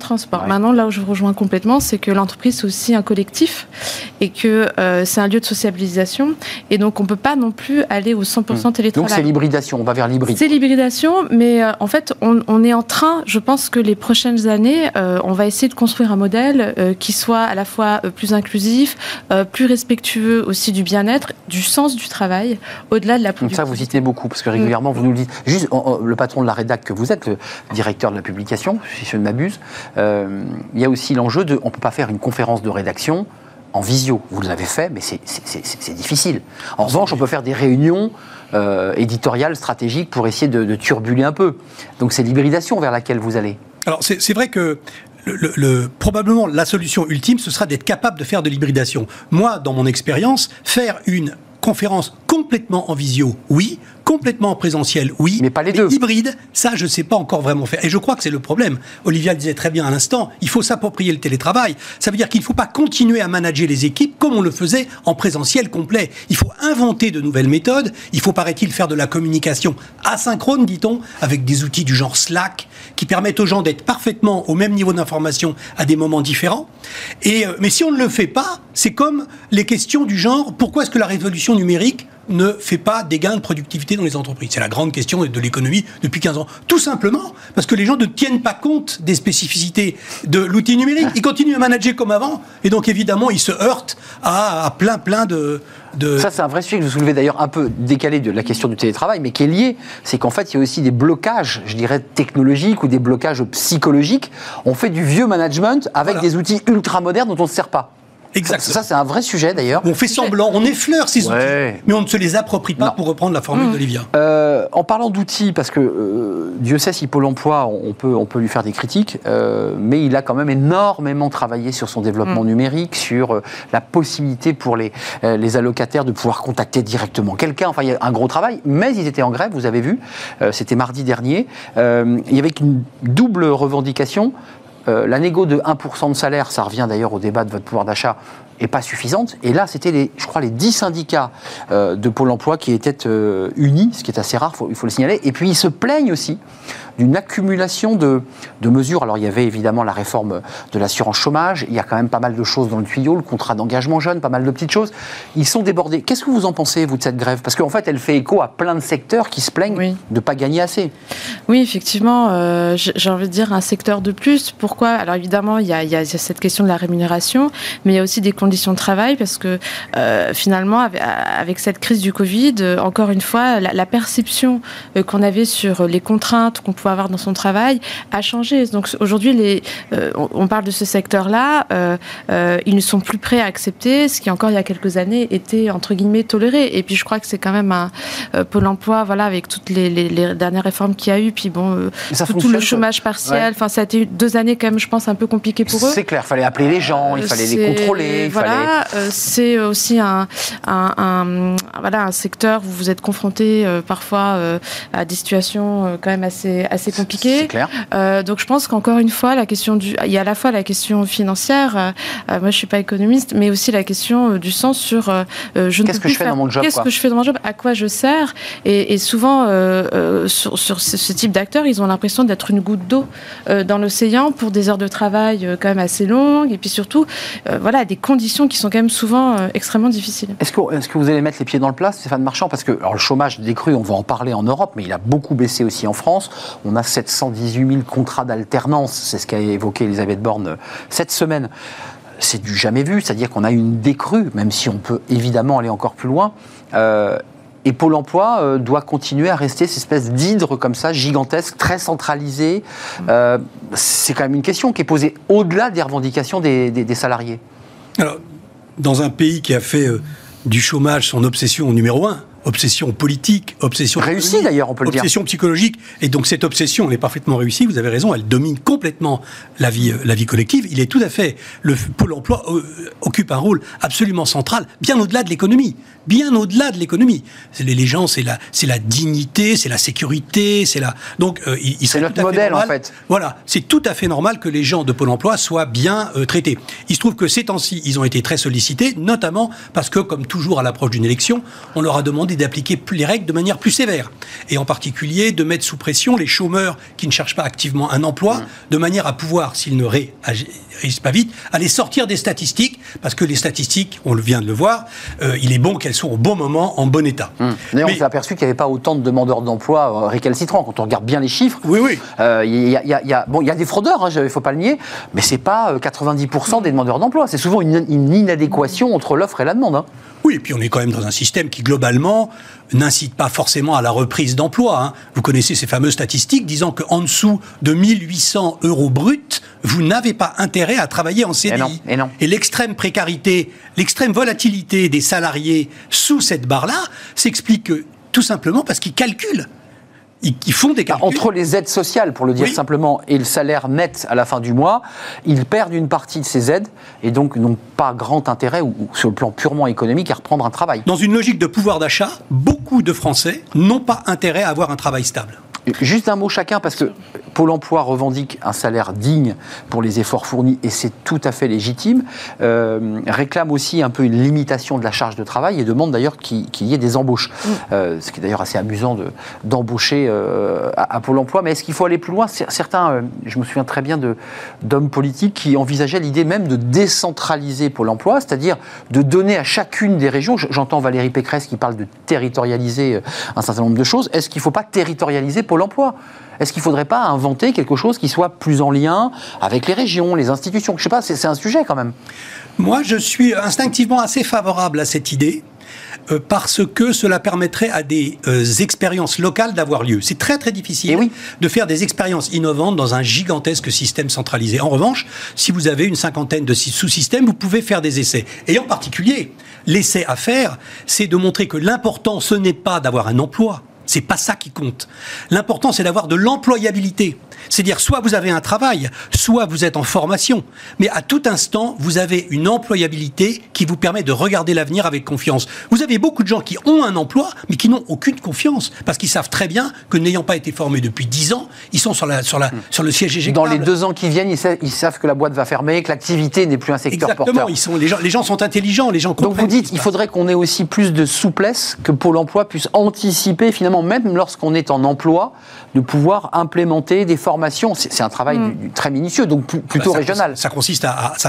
S5: transport. Ouais. Maintenant, là où je vous rejoins complètement, c'est que l'entreprise, c'est aussi un collectif et que c'est un lieu de sociabilisation. Et donc, on ne peut pas non plus aller au 100% télétravail.
S1: Donc, c'est l'hybridation, on va vers l'hybride.
S5: C'est l'hybridation, mais en fait, on est en train, je pense que les prochaines années, on va essayer de construire un modèle qui soit à la fois plus inclusif, plus respectueux aussi du bien-être, du sens du travail, au-delà de la productivité.
S1: Donc ça, vous citez beaucoup, parce que régulièrement, vous nous le dites. Juste, le patron de la rédac que vous êtes, le directeur de la publication, si je ne m'abuse, il y a aussi l'enjeu de, on ne peut pas faire une conférence de rédaction en visio. Vous l'avez fait, mais c'est difficile. En revanche, on peut faire des réunions éditoriales, stratégiques, pour essayer de turbuler un peu. Donc c'est l'hybridation vers laquelle vous allez.
S4: Alors c'est vrai que probablement la solution ultime, ce sera d'être capable de faire de l'hybridation. Moi, dans mon expérience, faire une conférence complètement en visio, oui. Complètement en présentiel, oui.
S1: Mais pas les deux.
S4: Hybride, ça, je ne sais pas encore vraiment faire. Et je crois que c'est le problème. Olivia le disait très bien à l'instant, il faut s'approprier le télétravail. Ça veut dire qu'il ne faut pas continuer à manager les équipes comme on le faisait en présentiel complet. Il faut inventer de nouvelles méthodes. Il faut, paraît-il, faire de la communication asynchrone, dit-on, avec des outils du genre Slack, qui permettent aux gens d'être parfaitement au même niveau d'information à des moments différents. Mais si on ne le fait pas, c'est comme les questions du genre, pourquoi est-ce que la révolution numérique ne fait pas des gains de productivité dans les entreprises? C'est la grande question de l'économie depuis 15 ans. Tout simplement parce que les gens ne tiennent pas compte des spécificités de l'outil numérique. Ils continuent à manager comme avant et donc évidemment ils se heurtent à plein de...
S1: Ça, c'est un vrai sujet que vous soulevez d'ailleurs un peu décalé de la question du télétravail, mais qui est lié. C'est qu'en fait, il y a aussi des blocages, je dirais, technologiques ou des blocages psychologiques. On fait du vieux management avec des outils ultra modernes dont on ne se sert pas.
S4: Exactement.
S1: Ça, c'est un vrai sujet d'ailleurs.
S4: On fait semblant, on effleure ces outils, mais on ne se les approprie pas, pour reprendre la formule d'Olivia.
S1: En parlant d'outils, parce que Dieu sait si Pôle emploi, on peut lui faire des critiques, mais il a quand même énormément travaillé sur son développement numérique, sur la possibilité pour les allocataires de pouvoir contacter directement quelqu'un. Enfin, il y a un gros travail, mais ils étaient en grève, vous avez vu, c'était mardi dernier. Il y avait une double revendication. La négo de 1% de salaire, ça revient d'ailleurs au débat de votre pouvoir d'achat, n'est pas suffisante. Et là, c'était, les 10 syndicats de Pôle emploi qui étaient unis, ce qui est assez rare, il faut le signaler. Et puis, ils se plaignent aussi d'une accumulation de mesures. Alors, il y avait évidemment la réforme de l'assurance chômage, il y a quand même pas mal de choses dans le tuyau, le contrat d'engagement jeune, pas mal de petites choses. Ils sont débordés. Qu'est-ce que vous en pensez, vous, de cette grève? Parce qu'en fait, elle fait écho à plein de secteurs qui se plaignent de ne pas gagner assez.
S5: Oui, effectivement, j'ai envie de dire un secteur de plus. Pourquoi? Alors, évidemment, il y a cette question de la rémunération, mais il y a aussi des conditions de travail, parce que finalement, avec cette crise du Covid, encore une fois, la perception qu'on avait sur les contraintes qu'on pouvait avoir dans son travail a changé. Donc aujourd'hui, on parle de ce secteur-là, ils ne sont plus prêts à accepter ce qui encore il y a quelques années était entre guillemets toléré. Et puis je crois que c'est quand même un Pôle emploi, voilà, avec toutes les dernières réformes qu'il y a eu, puis bon, tout le chômage partiel. Enfin, ça a été 2 années quand même, je pense, un peu compliquées pour eux.
S1: C'est clair, il fallait appeler les gens, il fallait les contrôler.
S5: Voilà, c'est aussi un secteur où vous êtes confronté parfois à des situations quand même assez compliqué.
S1: C'est clair.
S5: Donc je pense qu'encore une fois, il y a à la fois la question financière, moi je suis pas économiste, mais aussi la question du sens sur
S1: qu'est-ce que je fais dans mon job,
S5: qu'est-ce que je fais dans mon job, à quoi je sers, et souvent sur ce type d'acteurs, ils ont l'impression d'être une goutte d'eau dans l'océan pour des heures de travail quand même assez longues, et puis surtout des conditions qui sont quand même souvent extrêmement difficiles.
S1: Est-ce que vous allez mettre les pieds dans le plat, Stéphane Marchand? Parce que le chômage décru, on va en parler en Europe, mais il a beaucoup baissé aussi en France. On a 718 000 contrats d'alternance, c'est ce qu'a évoqué Elisabeth Borne cette semaine. C'est du jamais vu, c'est-à-dire qu'on a une décrue, même si on peut évidemment aller encore plus loin. Et Pôle emploi doit continuer à rester cette espèce d'hydre comme ça, gigantesque, très centralisé. C'est quand même une question qui est posée au-delà des revendications des salariés.
S4: Alors, dans un pays qui a fait du chômage son obsession numéro 1, obsession politique, obsession
S1: réussie d'ailleurs, on peut le dire.
S4: Obsession psychologique. Et donc cette obsession, elle est parfaitement réussie. Vous avez raison, elle domine complètement la vie collective. Il est tout à fait, le Pôle emploi occupe un rôle absolument central, bien au-delà de l'économie. Bien au-delà de l'économie. Les gens, c'est la dignité, c'est la sécurité, donc
S1: c'est notre modèle en fait.
S4: Voilà, c'est tout à fait normal que les gens de Pôle emploi soient bien traités. Il se trouve que ces temps-ci, ils ont été très sollicités, notamment parce que, comme toujours à l'approche d'une élection, on leur a demandé demandé d'appliquer les règles de manière plus sévère. Et en particulier, de mettre sous pression les chômeurs qui ne cherchent pas activement un emploi, de manière à pouvoir, s'ils ne réagissent pas vite, à les sortir des statistiques, parce que les statistiques, on vient de le voir, il est bon qu'elles soient au bon moment, en bon état.
S1: D'ailleurs, on s'est aperçu qu'il n'y avait pas autant de demandeurs d'emploi récalcitrants. Quand on regarde bien les chiffres,
S4: oui.
S1: Il y a des fraudeurs, il ne faut pas le nier, mais ce n'est pas 90% des demandeurs d'emploi. C'est souvent une inadéquation entre l'offre et la demande.
S4: Oui, et puis on est quand même dans un système qui, globalement, n'incite pas forcément à la reprise d'emploi. Vous connaissez ces fameuses statistiques disant qu'en dessous de 1 800 € bruts, vous n'avez pas intérêt à travailler en CDI. Et l'extrême précarité, l'extrême volatilité des salariés sous cette barre-là s'explique tout simplement parce qu'ils calculent. Ils font des calculs.
S1: Entre les aides sociales, pour le dire simplement, et le salaire net à la fin du mois, ils perdent une partie de ces aides et donc n'ont pas grand intérêt, ou sur le plan purement économique, à reprendre un travail.
S4: Dans une logique de pouvoir d'achat, beaucoup de Français n'ont pas intérêt à avoir un travail stable.
S1: Juste un mot chacun, parce que Pôle emploi revendique un salaire digne pour les efforts fournis, et c'est tout à fait légitime, réclame aussi un peu une limitation de la charge de travail, et demande d'ailleurs qu'il y ait des embauches. Ce qui est d'ailleurs assez amusant d'embaucher à Pôle emploi. Mais est-ce qu'il faut aller plus loin ? Certains, je me souviens très bien d'hommes politiques qui envisageaient l'idée même de décentraliser Pôle emploi, c'est-à-dire de donner à chacune des régions, j'entends Valérie Pécresse qui parle de territorialiser un certain nombre de choses, est-ce qu'il ne faut pas territorialiser Pôle emploi ? Est-ce qu'il ne faudrait pas inventer quelque chose qui soit plus en lien avec les régions, les institutions ? Je ne sais pas, c'est un sujet quand même.
S4: Moi, je suis instinctivement assez favorable à cette idée, parce que cela permettrait à des expériences locales d'avoir lieu. C'est très très difficile de faire des expériences innovantes dans un gigantesque système centralisé. En revanche, si vous avez une cinquantaine de sous-systèmes, vous pouvez faire des essais. Et en particulier, l'essai à faire, c'est de montrer que l'important, ce n'est pas d'avoir un emploi. C'est pas ça qui compte. L'important, c'est d'avoir de l'employabilité. C'est-à-dire, soit vous avez un travail, soit vous êtes en formation. Mais à tout instant, vous avez une employabilité qui vous permet de regarder l'avenir avec confiance. Vous avez beaucoup de gens qui ont un emploi, mais qui n'ont aucune confiance. Parce qu'ils savent très bien que n'ayant pas été formés depuis 10 ans, ils sont sur le siège éjectable.
S1: Dans les 2 ans qui viennent, ils savent que la boîte va fermer, que l'activité n'est plus un secteur porteur.
S4: Exactement. Les gens sont intelligents, les gens comprennent.
S1: Donc vous dites, il faudrait qu'on ait aussi plus de souplesse, que Pôle emploi puisse anticiper, finalement, même lorsqu'on est en emploi, de pouvoir implémenter des formations. C'est un travail très minutieux, donc plutôt régional.
S4: Ça consiste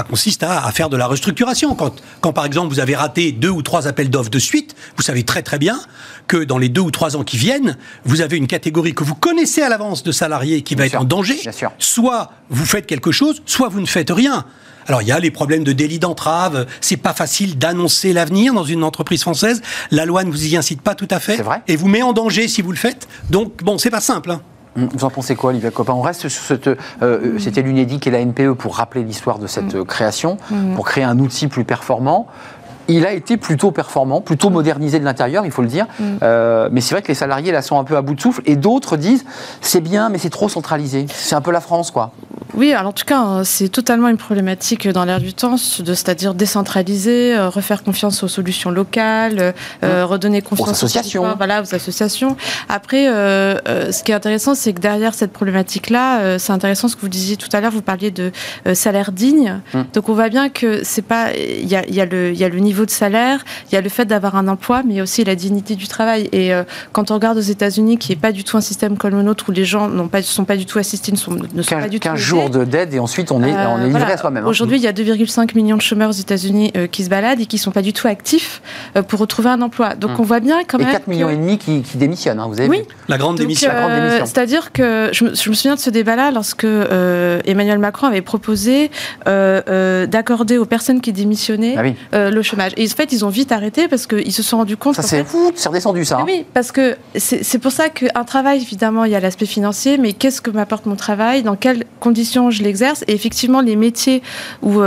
S4: à faire de la restructuration. Quand, par exemple, vous avez raté 2 ou 3 appels d'offres de suite, vous savez très très bien que dans les 2 ou 3 ans qui viennent, vous avez une catégorie que vous connaissez à l'avance de salariés qui va être en danger. Soit vous faites quelque chose, soit vous ne faites rien. Alors, il y a les problèmes de délit d'entrave. C'est pas facile d'annoncer l'avenir dans une entreprise française. La loi ne vous y incite pas tout à fait.
S1: C'est vrai.
S4: Et vous met en danger si vous le faites. Donc, bon, c'est pas simple.
S1: Vous en pensez quoi, Olivia Copin ? On reste sur c'était l'UNEDIC et la NPE pour rappeler l'histoire de cette création, pour créer un outil plus performant. Il a été plutôt performant, plutôt modernisé de l'intérieur, il faut le dire. Mais c'est vrai que les salariés là sont un peu à bout de souffle. Et d'autres disent, c'est bien, mais c'est trop centralisé. C'est un peu la France, quoi.
S5: Oui, alors en tout cas, c'est totalement une problématique dans l'air du temps, c'est-à-dire décentraliser, refaire confiance aux solutions locales, redonner confiance aux associations. Aux associations. Après, ce qui est intéressant, c'est que derrière cette problématique-là, c'est intéressant ce que vous disiez tout à l'heure, vous parliez de salaire digne. Donc on voit bien que c'est pas, il y a le niveau de salaire, il y a le fait d'avoir un emploi, mais il y a aussi la dignité du travail. Et quand on regarde aux États-Unis, qui n'est pas du tout un système comme le nôtre, où les gens ne sont pas du tout assistés, ne sont pas du tout
S1: 15 jours d'aide et ensuite on est livré à soi-même.
S5: Aujourd'hui, il y a 2,5 millions de chômeurs aux États-Unis qui se baladent et qui ne sont pas du tout actifs pour retrouver un emploi. Donc on voit bien quand même.
S1: Et 4,5 millions qui démissionnent, vous avez vu.
S4: La grande démission.
S5: C'est-à-dire que je me souviens de ce débat-là lorsque Emmanuel Macron avait proposé d'accorder aux personnes qui démissionnaient le chômage. Et en fait, ils ont vite arrêté parce qu'ils se sont rendus compte.
S1: Ça c'est redescendu, ça.
S5: Oui, parce que c'est pour ça qu'un travail, évidemment, il y a l'aspect financier, mais qu'est-ce que m'apporte mon travail, dans quelles conditions je l'exerce. Et effectivement, les métiers où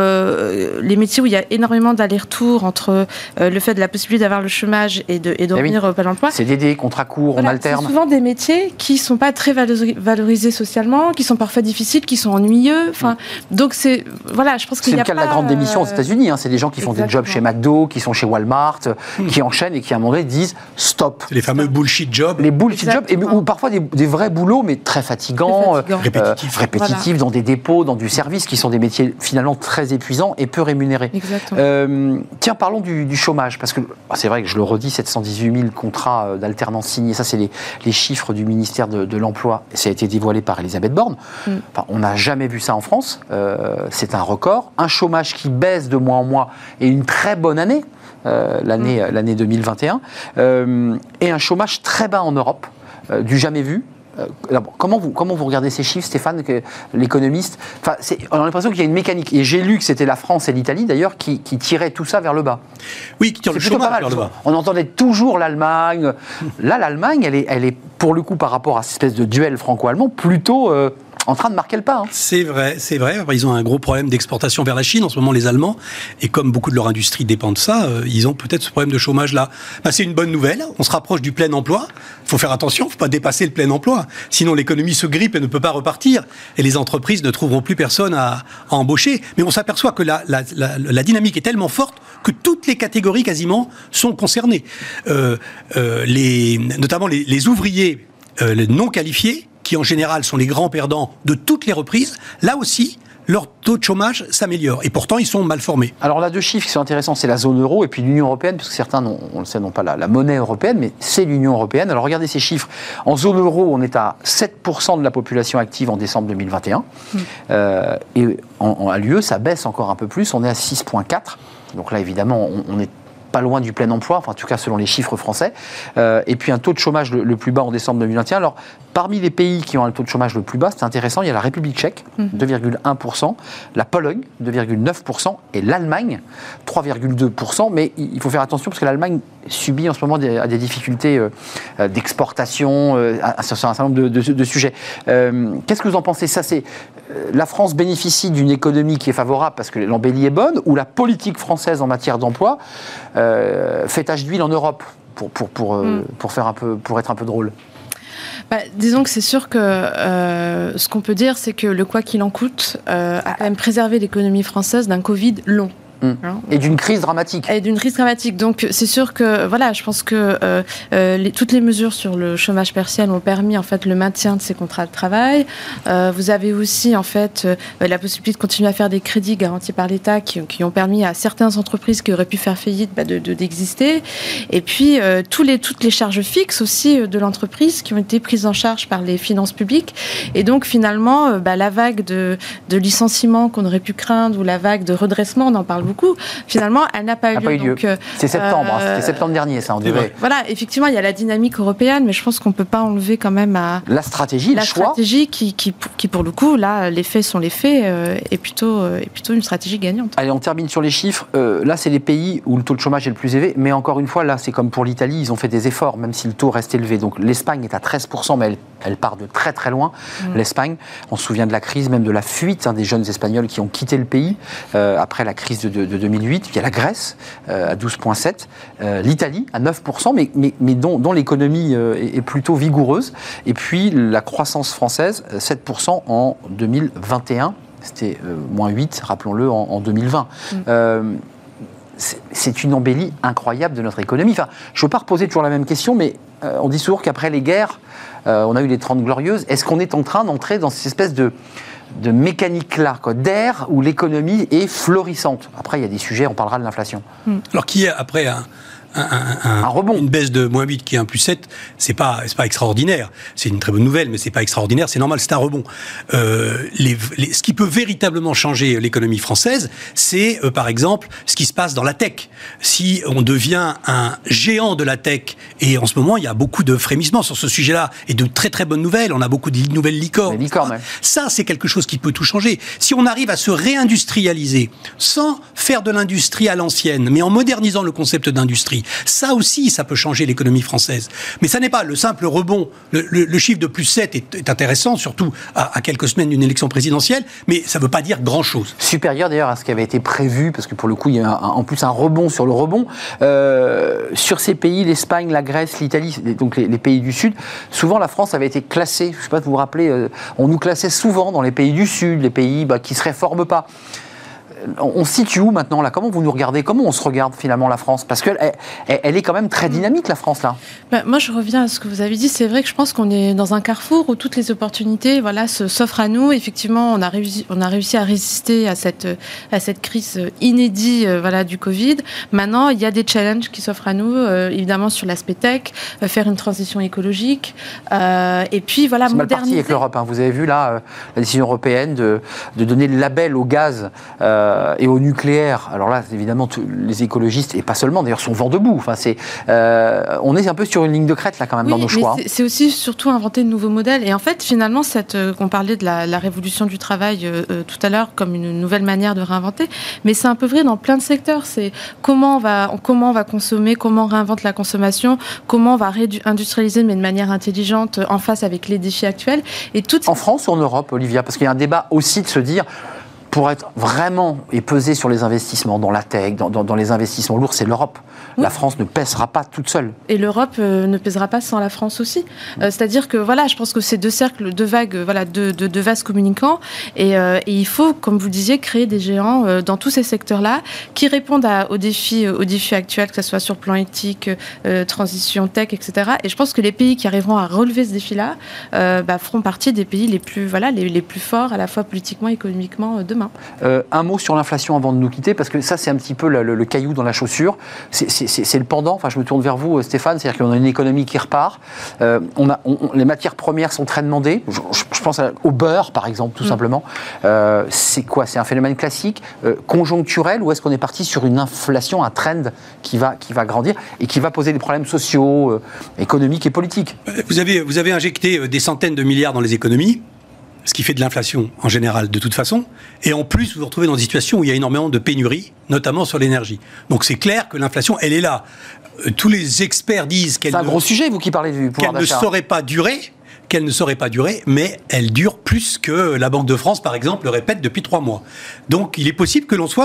S5: il y a énormément d'allers-retours entre le fait de la possibilité d'avoir le chômage et de revenir au Pôle emploi.
S1: CDD, contrat court, on alterne.
S5: C'est souvent des métiers qui ne sont pas très valorisés socialement, qui sont parfois difficiles, qui sont ennuyeux. Donc je pense qu'il y a
S1: le cas de la grande démission aux États-Unis. C'est des gens qui font des jobs chez McDo McDo, qui sont chez Walmart, qui enchaînent et qui à un moment donné disent stop.
S4: Les fameux bullshit jobs.
S1: Les bullshit jobs, ou parfois des vrais boulots, mais très fatigants, répétitifs dans des dépôts, dans du service, qui sont des métiers finalement très épuisants et peu rémunérés. Tiens, parlons du chômage, parce que c'est vrai que je le redis, 718 000 contrats d'alternance signés, ça c'est les chiffres du ministère de l'Emploi, ça a été dévoilé par Elisabeth Borne. Enfin, on n'a jamais vu ça en France, c'est un record. Un chômage qui baisse de mois en mois et une très bonne année, l'année 2021, et un chômage très bas en Europe, du jamais vu. Comment vous regardez ces chiffres, Stéphane, l'économiste? Enfin, on a l'impression qu'il y a une mécanique. Et j'ai lu que c'était la France et l'Italie, d'ailleurs, qui tiraient tout ça vers le bas.
S4: Oui, qui tirent le chômage vers le bas.
S1: On entendait toujours l'Allemagne. Là, l'Allemagne, elle est, pour le coup, par rapport à cette espèce de duel franco-allemand, plutôt en train de marquer le pas. Hein.
S4: C'est vrai. Ils ont un gros problème d'exportation vers la Chine en ce moment, les Allemands. Et comme beaucoup de leur industrie dépend de ça, ils ont peut-être ce problème de chômage-là. C'est une bonne nouvelle. On se rapproche du plein emploi. Il faut faire attention, il ne faut pas dépasser le plein emploi. Sinon, l'économie se grippe et ne peut pas repartir. Et les entreprises ne trouveront plus personne à embaucher. Mais on s'aperçoit que la dynamique est tellement forte que toutes les catégories, quasiment, sont concernées. Notamment les ouvriers non qualifiés, qui en général sont les grands perdants de toutes les reprises, là aussi, leur taux de chômage s'améliore. Et pourtant, ils sont mal formés.
S1: Alors là, deux chiffres qui sont intéressants, c'est la zone euro et puis l'Union européenne, puisque certains, on le sait, n'ont pas la monnaie européenne, mais c'est l'Union européenne. Alors regardez ces chiffres. En zone euro, on est à 7% de la population active en décembre 2021. Et à l'UE, ça baisse encore un peu plus. On est à 6,4. Donc là, évidemment, on est pas loin du plein emploi, enfin en tout cas selon les chiffres français, et puis un taux de chômage le plus bas en décembre 2021. Alors, parmi les pays qui ont un taux de chômage le plus bas, c'est intéressant, il y a la République tchèque, 2,1%, la Pologne, 2,9%, et l'Allemagne, 3,2%, mais il faut faire attention parce que l'Allemagne subit en ce moment des difficultés d'exportation sur un certain nombre de sujets. Qu'est-ce que vous en pensez? Ça, c'est la France bénéficie d'une économie qui est favorable parce que l'embellie est bonne, ou la politique française en matière d'emploi fait tache d'huile en Europe pour être un peu drôle?
S5: Disons que c'est sûr que ce qu'on peut dire, c'est que le quoi qu'il en coûte a quand même préservé l'économie française d'un Covid long.
S1: Et d'une crise dramatique.
S5: Donc c'est sûr que je pense que toutes les mesures sur le chômage partiel ont permis en fait le maintien de ces contrats de travail. Vous avez aussi en fait la possibilité de continuer à faire des crédits garantis par l'État qui ont permis à certaines entreprises qui auraient pu faire faillite d'exister. Et puis toutes les charges fixes aussi de l'entreprise qui ont été prises en charge par les finances publiques. Et donc finalement la vague de licenciements qu'on aurait pu craindre ou la vague de redressement, on en parle beaucoup. Finalement, elle n'a pas eu lieu. Donc,
S1: c'est septembre, c'était septembre dernier, ça, on dirait.
S5: Voilà, effectivement, il y a la dynamique européenne, mais je pense qu'on ne peut pas enlever quand même
S1: la stratégie, le choix.
S5: La stratégie qui, pour le coup, là, les faits sont les faits, est plutôt une stratégie gagnante.
S1: Allez, on termine sur les chiffres. Là, c'est les pays où le taux de chômage est le plus élevé, mais encore une fois, là, c'est comme pour l'Italie, ils ont fait des efforts, même si le taux reste élevé. Donc, l'Espagne est à 13%, mais elle part de très très loin. L'Espagne, on se souvient de la crise, même de la fuite des jeunes Espagnols qui ont quitté le pays après la crise de 2008. Il y a la Grèce à 12,7%, l'Italie à 9%, mais dont l'économie est plutôt vigoureuse. Et puis la croissance française, 7% en 2021. C'était moins 8, rappelons-le, en 2020. C'est une embellie incroyable de notre économie. Enfin, je ne veux pas reposer toujours la même question, mais on dit souvent qu'après les guerres, on a eu les 30 glorieuses. Est-ce qu'on est en train d'entrer dans cette espèce de mécanique-là, d'air où l'économie est florissante? Après, il y a des sujets, on parlera de l'inflation.
S4: Alors, qui est après un rebond, une baisse de moins 8 qui est un plus 7, c'est pas extraordinaire. C'est une très bonne nouvelle, mais c'est pas extraordinaire, c'est normal, c'est un rebond. Ce qui peut véritablement changer l'économie française, c'est par exemple ce qui se passe dans la tech. Si on devient un géant de la tech, et en ce moment il y a beaucoup de frémissements sur ce sujet-là, et de très très bonnes nouvelles, on a beaucoup de nouvelles licornes. Ça, c'est quelque chose qui peut tout changer. Si on arrive à se réindustrialiser, sans faire de l'industrie à l'ancienne, mais en modernisant le concept d'industrie, ça aussi, ça peut changer l'économie française. Mais ça n'est pas le simple rebond. Le chiffre de plus 7 est intéressant, surtout à quelques semaines d'une élection présidentielle, mais ça ne veut pas dire grand-chose.
S1: Supérieur d'ailleurs à ce qui avait été prévu, parce que pour le coup, il y a en plus un rebond sur le rebond. Sur ces pays, l'Espagne, la Grèce, l'Italie, donc les pays du Sud, souvent la France avait été classée, je ne sais pas si vous vous rappelez, on nous classait souvent dans les pays du Sud, les pays qui ne se réforment pas. on se situe où maintenant là? Comment vous nous regardez? Comment on se regarde finalement la France? Parce qu'elle elle est quand même très dynamique, la France là.
S5: Moi, je reviens à ce que vous avez dit. C'est vrai que je pense qu'on est dans un carrefour où toutes les opportunités s'offrent à nous. Effectivement, on a réussi à résister à cette crise inédite du Covid. Maintenant, il y a des challenges qui s'offrent à nous, évidemment sur l'aspect tech, faire une transition écologique, et puis
S1: c'est
S5: moderniser.
S1: mal parti avec l'Europe. Vous avez vu là la décision européenne de donner le label au gaz et au nucléaire. Alors là, évidemment, les écologistes, et pas seulement, d'ailleurs, sont vent debout. Enfin, on est un peu sur une ligne de crête là quand même dans nos choix.
S5: C'est aussi surtout inventer de nouveaux modèles. Et en fait, finalement, on parlait de la révolution du travail tout à l'heure comme une nouvelle manière de réinventer, mais c'est un peu vrai dans plein de secteurs. C'est comment on va consommer, comment on réinvente la consommation, comment on va réindustrialiser mais de manière intelligente en face avec les défis actuels. Et
S1: En France ou en Europe, Olivia? Parce qu'il y a un débat aussi de se dire, pour être vraiment et peser sur les investissements dans la tech, dans les investissements lourds, c'est l'Europe. Oui. La France ne pèsera pas toute seule.
S5: Et l'Europe ne pèsera pas sans la France aussi. C'est-à-dire que je pense que c'est deux cercles, deux vagues, deux vases communicants. Et il faut, comme vous le disiez, créer des géants dans tous ces secteurs-là qui répondent aux défis actuels, que ce soit sur le plan éthique, transition tech, etc. Et je pense que les pays qui arriveront à relever ce défi-là feront partie des pays les plus forts, à la fois politiquement et économiquement demain.
S1: Un mot sur l'inflation avant de nous quitter, parce que ça, c'est un petit peu le caillou dans la chaussure. C'est le pendant. Enfin, je me tourne vers vous, Stéphane. C'est-à-dire qu'on a une économie qui repart. Les matières premières sont très demandées. Je pense au beurre, par exemple, tout simplement. C'est quoi? C'est un phénomène classique, conjoncturel, ou est-ce qu'on est parti sur une inflation, un trend qui va grandir et qui va poser des problèmes sociaux, économiques et politiques?
S4: Vous avez injecté des centaines de milliards dans les économies, ce qui fait de l'inflation en général de toute façon, et en plus vous vous retrouvez dans une situation où il y a énormément de pénuries, notamment sur l'énergie. Donc c'est clair que l'inflation, elle est là. Tous les experts disent qu'elle
S1: gros sujet, vous qui parlez du pouvoir d'achat.
S4: Qu'elle ne saurait pas durer, mais elle dure plus que la Banque de France, par exemple, le répète depuis 3 mois. Donc, il est possible que l'on soit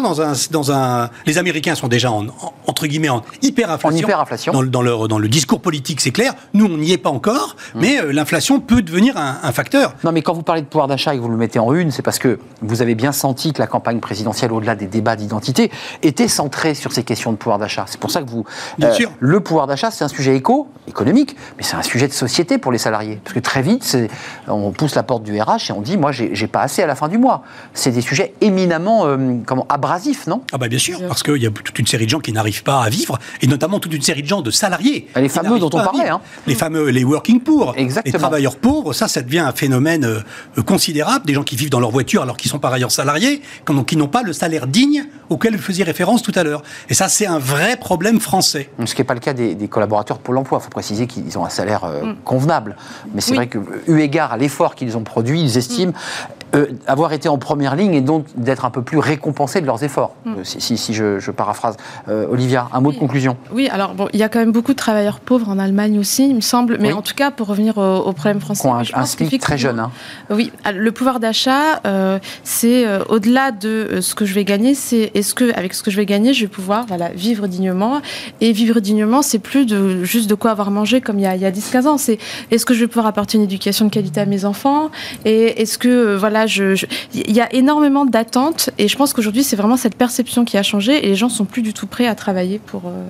S4: les Américains sont déjà entre guillemets en hyperinflation. Dans le discours politique, c'est clair. Nous, on n'y est pas encore, mais l'inflation peut devenir un facteur.
S1: Non, mais quand vous parlez de pouvoir d'achat et que vous le mettez en une, c'est parce que vous avez bien senti que la campagne présidentielle, au-delà des débats d'identité, était centrée sur ces questions de pouvoir d'achat. C'est pour ça que
S4: Bien sûr.
S1: Le pouvoir d'achat, c'est un sujet économique, mais c'est un sujet de société pour les salariés. Parce que très vite, on pousse la porte du RH et on dit, moi, j'ai pas assez à la fin du mois. C'est des sujets éminemment abrasifs, non?
S4: Ah bien sûr, parce qu'il y a toute une série de gens qui n'arrivent pas à vivre, et notamment toute une série de gens de salariés.
S1: Les fameux dont on parlait.
S4: Les working poor,
S1: exactement.
S4: Les travailleurs pauvres, ça devient un phénomène considérable. Des gens qui vivent dans leur voiture alors qu'ils sont par ailleurs salariés, qui n'ont pas le salaire digne auquel vous faisiez référence tout à l'heure. Et ça, c'est un vrai problème français.
S1: Ce qui n'est pas le cas des collaborateurs de Pôle emploi. Il faut préciser qu'ils ont un salaire convenable. Mais c'est vrai que, eu égard à l'effort qu'ils ont produit, ils estiment avoir été en première ligne et donc d'être un peu plus récompensés de leurs efforts. Si je paraphrase. Olivia, un mot de conclusion.
S5: Oui, alors il y a quand même beaucoup de travailleurs pauvres en Allemagne aussi, il me semble. Mais en tout cas, pour revenir au problème français,
S1: un SMIC très jeune.
S5: Oui, le pouvoir d'achat, c'est au-delà de ce que je vais gagner, c'est est-ce que avec ce que je vais gagner, je vais pouvoir vivre dignement. Et vivre dignement, c'est plus juste de quoi avoir mangé comme il y a 10-15 ans. C'est est-ce que je vais pouvoir apporter une éducation de qualité à mes enfants, et est-ce que il y a énormément d'attentes, et je pense qu'aujourd'hui c'est vraiment cette perception qui a changé, et les gens sont plus du tout prêts à travailler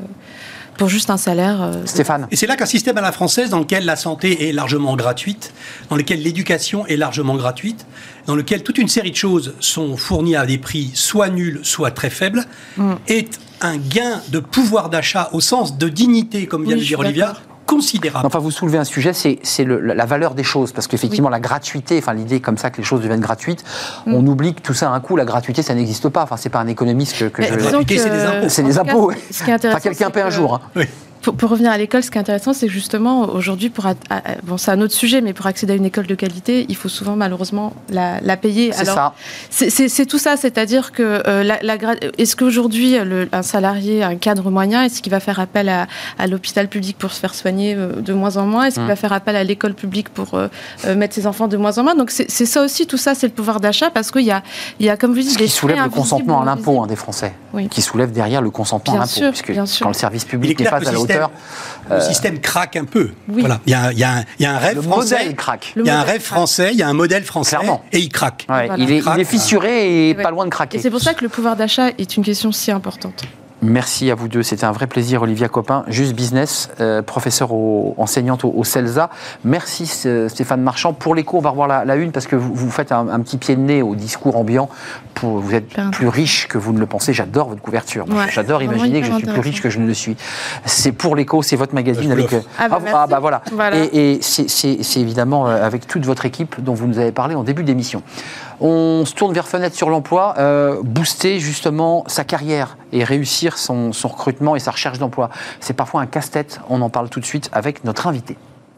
S5: pour juste un salaire.
S1: Stéphane.
S4: Et c'est là qu'un système à la française dans lequel la santé est largement gratuite, dans lequel l'éducation est largement gratuite, dans lequel toute une série de choses sont fournies à des prix soit nuls, soit très faibles, est un gain de pouvoir d'achat au sens de dignité, comme vient de dire Olivia, considérable.
S1: Enfin, vous soulevez un sujet, c'est la valeur des choses, parce qu'effectivement, la gratuité, l'idée comme ça que les choses deviennent gratuites, on oublie que tout ça a un coût. La gratuité, ça n'existe pas. C'est pas un économiste que
S4: je... La gratuité, c'est des impôts.
S1: C'est des impôts.
S5: Ce qui est intéressant,
S1: quelqu'un paie un jour.
S5: Oui. Pour revenir à l'école, ce qui est intéressant, c'est que justement, aujourd'hui, c'est un autre sujet, mais pour accéder à une école de qualité, il faut souvent, malheureusement, la payer.
S1: C'est ça.
S5: C'est tout ça, c'est-à-dire que est-ce qu'aujourd'hui, un salarié, un cadre moyen, est-ce qu'il va faire appel à l'hôpital public pour se faire soigner de moins en moins? Est-ce qu'il va faire appel à l'école publique pour mettre ses enfants de moins en moins? Donc c'est ça aussi, tout ça, c'est le pouvoir d'achat, parce qu'il y a, comme vous dites,
S1: des frais soulève le consentement à l'impôt des Français, qui soulève derrière le consentement à l'impôt, puisque quand le service public n'est pas à la hauteur professeur.
S4: Le système craque un peu.
S5: Oui.
S4: Voilà. Il y a un rêve français.
S1: Le modèle craque.
S4: Il y a un rêve français, il y a un modèle français,
S1: Clairement.
S4: et il craque.
S1: Ouais,
S5: Voilà.
S1: il est fissuré et pas loin de craquer.
S5: Et c'est pour ça que le pouvoir d'achat est une question si importante.
S1: Merci à vous deux, c'était un vrai plaisir, Olivia Copin, Juste Business, professeure enseignante au CELSA. Merci Stéphane Marchand. Pour l'écho, on va revoir la une parce que vous faites un petit pied de nez au discours ambiant. Vous êtes plus riche que vous ne le pensez. J'adore votre couverture.
S5: Ouais,
S1: j'adore imaginer que je suis plus riche que je ne le suis. C'est pour l'écho, c'est votre magazine avec. Voilà. Et c'est évidemment avec toute votre équipe dont vous nous avez parlé en début d'émission. On se tourne vers Fenêtre sur l'emploi, booster justement sa carrière et réussir son recrutement et sa recherche d'emploi. C'est parfois un casse-tête, on en parle tout de suite avec notre invité.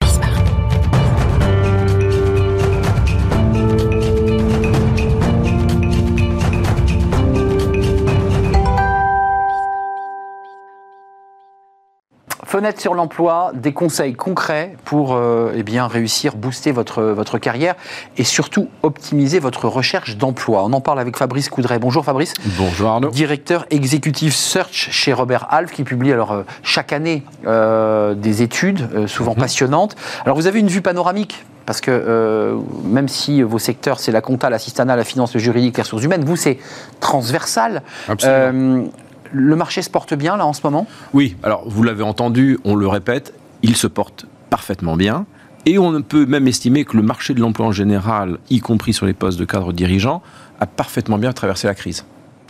S1: Fenêtre sur l'emploi, des conseils concrets pour réussir, booster votre carrière et surtout optimiser votre recherche d'emploi. On en parle avec Fabrice Coudray. Bonjour Fabrice.
S6: Bonjour Arnaud.
S1: Directeur exécutif Search chez Robert Half qui publie chaque année des études souvent passionnantes. Alors vous avez une vue panoramique parce que même si vos secteurs c'est la compta, l'assistanat, la finance, le juridique, les ressources humaines, vous c'est transversal.
S6: Absolument.
S1: Le marché se porte bien, là, en ce moment ?
S6: Oui, alors vous l'avez entendu, on le répète, il se porte parfaitement bien. Et on peut même estimer que le marché de l'emploi en général, y compris sur les postes de cadres dirigeants, a parfaitement bien traversé la crise.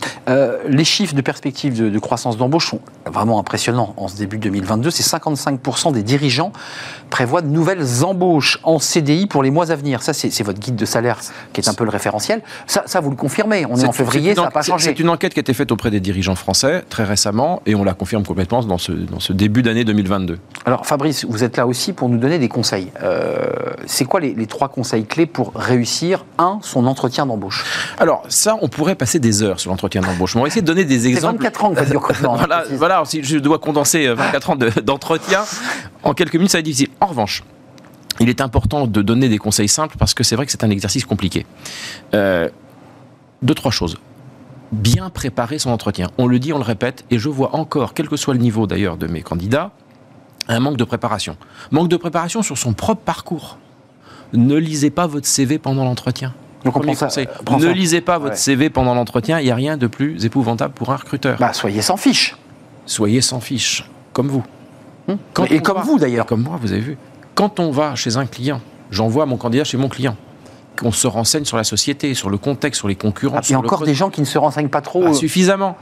S1: Les chiffres de perspective de croissance d'embauche sont vraiment impressionnants en ce début 2022. C'est 55% des dirigeants prévoient de nouvelles embauches en CDI pour les mois à venir. Ça, c'est votre guide de salaire qui est un peu le référentiel. Ça vous le confirmez. On est en février, ça n'a pas changé.
S6: C'est une enquête qui a été faite auprès des dirigeants français très récemment et on la confirme complètement dans ce début d'année 2022.
S1: Alors Fabrice, vous êtes là aussi pour nous donner des conseils. C'est quoi les 3 conseils clés pour réussir, son entretien d'embauche ?
S6: Alors ça, on pourrait passer des heures sur l'entretien d'embauche. On va essayer de donner des exemples.
S1: C'est 24 ans que vous faites du recrutement.
S6: Voilà, si je dois condenser 24 ans d'entretien en quelques minutes, ça va être difficile. En revanche, il est important de donner des conseils simples parce que c'est vrai que c'est un exercice compliqué. 2-3 choses. Bien préparer son entretien. On le dit, on le répète, et je vois encore, quel que soit le niveau d'ailleurs de mes candidats, un manque de préparation. Manque de préparation sur son propre parcours. Ne lisez pas votre CV pendant l'entretien.
S1: Donc on
S6: ne lisez pas votre CV pendant l'entretien, il n'y a rien de plus épouvantable pour un recruteur.
S1: Soyez sans fiche.
S6: Soyez sans fiche, comme vous.
S1: Vous d'ailleurs.
S6: Comme moi, vous avez vu. Quand on va chez un client, j'envoie mon candidat chez mon client, qu'on se renseigne sur la société, sur le contexte, sur les concurrents.
S1: Il y a encore des gens qui ne se renseignent pas trop.
S6: Suffisamment.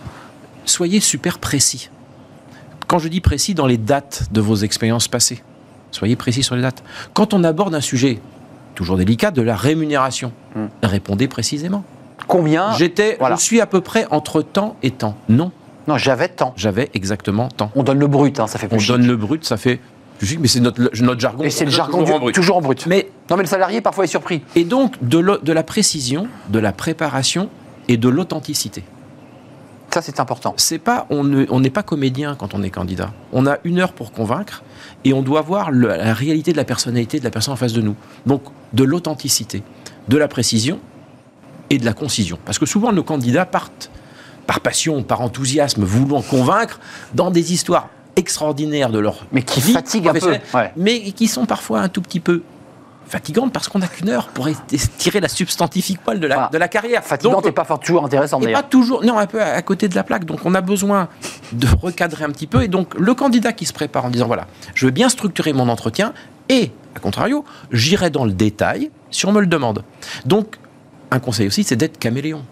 S6: Soyez super précis. Quand je dis précis, dans les dates de vos expériences passées. Soyez précis sur les dates. Quand on aborde un sujet toujours délicat, de la rémunération. Répondez précisément.
S1: Combien ?
S6: Je suis à peu près entre temps et temps. Non,
S1: j'avais temps.
S6: J'avais exactement temps.
S1: On donne le brut, ça fait plus chic.
S6: On donne le brut, ça fait plus chic, mais c'est notre jargon.
S1: Et c'est le jargon toujours en brut. Mais le salarié, parfois, est surpris.
S6: Et donc, de la précision, de la préparation et de l'authenticité.
S1: Ça, c'est important.
S6: On n'est pas comédien quand on est candidat. On a 1 heure pour convaincre et on doit voir la réalité de la personnalité de la personne en face de nous. Donc, de l'authenticité, de la précision et de la concision. Parce que souvent, nos candidats partent par passion, par enthousiasme, voulant convaincre dans des histoires extraordinaires de leur
S1: mais qui
S6: vie
S1: fatiguent un peu.
S6: Mais qui sont parfois un tout petit peu fatigante parce qu'on n'a qu'1 heure pour tirer la substantifique poil de la carrière.
S1: Fatigante et pas toujours intéressante d'ailleurs.
S6: Pas toujours, non, un peu à côté de la plaque. Donc on a besoin de recadrer un petit peu. Et donc le candidat qui se prépare en disant voilà, je veux bien structurer mon entretien et, à contrario, j'irai dans le détail si on me le demande. Donc un conseil aussi, c'est d'être caméléon.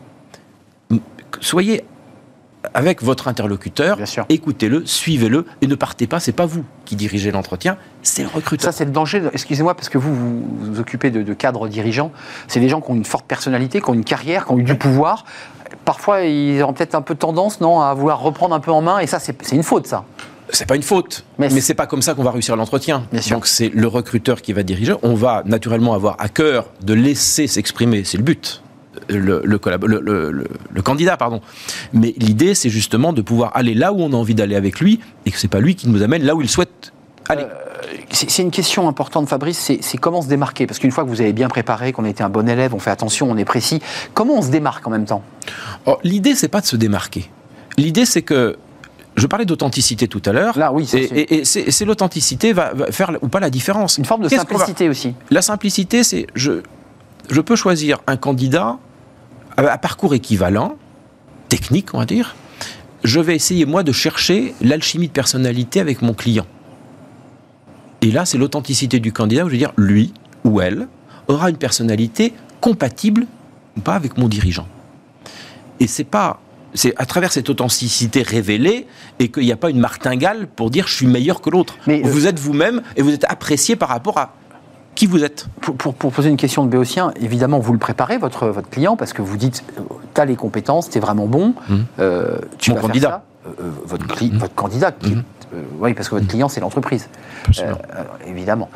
S6: Soyez avec votre interlocuteur, écoutez-le, suivez-le et ne partez pas, c'est pas vous qui dirigez l'entretien, c'est le recruteur.
S1: Ça, c'est le danger, excusez-moi, parce que vous vous occupez de cadres dirigeants, c'est des gens qui ont une forte personnalité, qui ont une carrière, qui ont eu du pouvoir. Parfois, ils ont peut-être un peu tendance, à vouloir reprendre un peu en main, et ça, c'est une faute, ça.
S6: C'est pas une faute, mais c'est pas comme ça qu'on va réussir l'entretien. Donc c'est le recruteur qui va diriger. On va naturellement avoir à cœur de laisser s'exprimer, c'est le but. Le candidat, pardon. Mais l'idée, c'est justement de pouvoir aller là où on a envie d'aller avec lui et que c'est pas lui qui nous amène là où il souhaite aller.
S1: C'est une question importante, Fabrice, c'est comment se démarquer. Parce qu'une fois que vous avez bien préparé, qu'on a été un bon élève, on fait attention, on est précis, comment on se démarque en même temps ?
S6: L'idée, c'est pas de se démarquer. L'idée, c'est que Je parlais d'authenticité tout à l'heure.
S1: Là, oui,
S6: c'est l'authenticité va faire ou pas la différence.
S1: Une forme de simplicité aussi.
S6: La simplicité, c'est je peux choisir un candidat à parcours équivalent, technique, on va dire. Je vais essayer, moi, de chercher l'alchimie de personnalité avec mon client. Et là, c'est l'authenticité du candidat où je veux dire, lui ou elle aura une personnalité compatible ou pas avec mon dirigeant. Et c'est à travers cette authenticité révélée et qu'il n'y a pas une martingale pour dire je suis meilleur que l'autre. Mais vous êtes vous-même et vous êtes apprécié par rapport à qui vous êtes.
S1: Pour poser une question de Béotien, évidemment, vous le préparez, votre client, parce que vous dites, tu as les compétences, tu es vraiment bon, tu vas
S6: candidat.
S1: Faire ça. Votre candidat, oui, parce que votre client, c'est l'entreprise. Évidemment.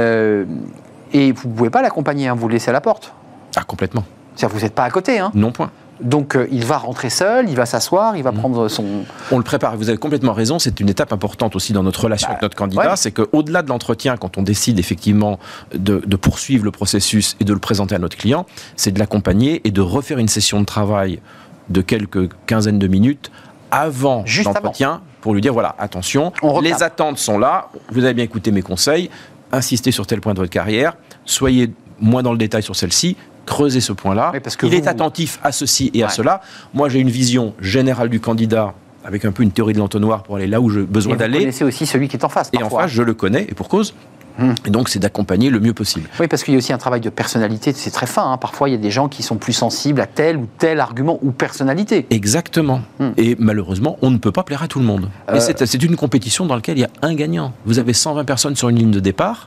S1: Et vous ne pouvez pas l'accompagner, vous le laissez à la porte.
S6: Ah, complètement.
S1: C'est-à-dire que vous n'êtes pas à côté.
S6: Non, point.
S1: Donc, il va rentrer seul, il va s'asseoir, il va prendre son...
S6: On le prépare, vous avez complètement raison, c'est une étape importante aussi dans notre relation avec notre candidat, c'est qu'au-delà de l'entretien, quand on décide effectivement de poursuivre le processus et de le présenter à notre client, c'est de l'accompagner et de refaire une session de travail de quelques quinzaines de minutes avant l'entretien pour lui dire, voilà, attention, les attentes sont là, vous avez bien écouté mes conseils, insistez sur tel point de votre carrière, soyez moins dans le détail sur celle-ci, creuser ce point-là. Il est attentif à ceci et à cela. Moi, j'ai une vision générale du candidat avec un peu une théorie de l'entonnoir pour aller là où j'ai besoin d'aller. Vous
S1: connaissez aussi celui qui est en face.
S6: Et en face, je le connais, et pour cause. Et donc, c'est d'accompagner le mieux possible.
S1: Oui, parce qu'il y a aussi un travail de personnalité, c'est très fin. Parfois, il y a des gens qui sont plus sensibles à tel ou tel argument ou personnalité.
S6: Exactement. Et malheureusement, on ne peut pas plaire à tout le monde. Et c'est une compétition dans laquelle il y a un gagnant. Vous avez 120 personnes sur une ligne de départ.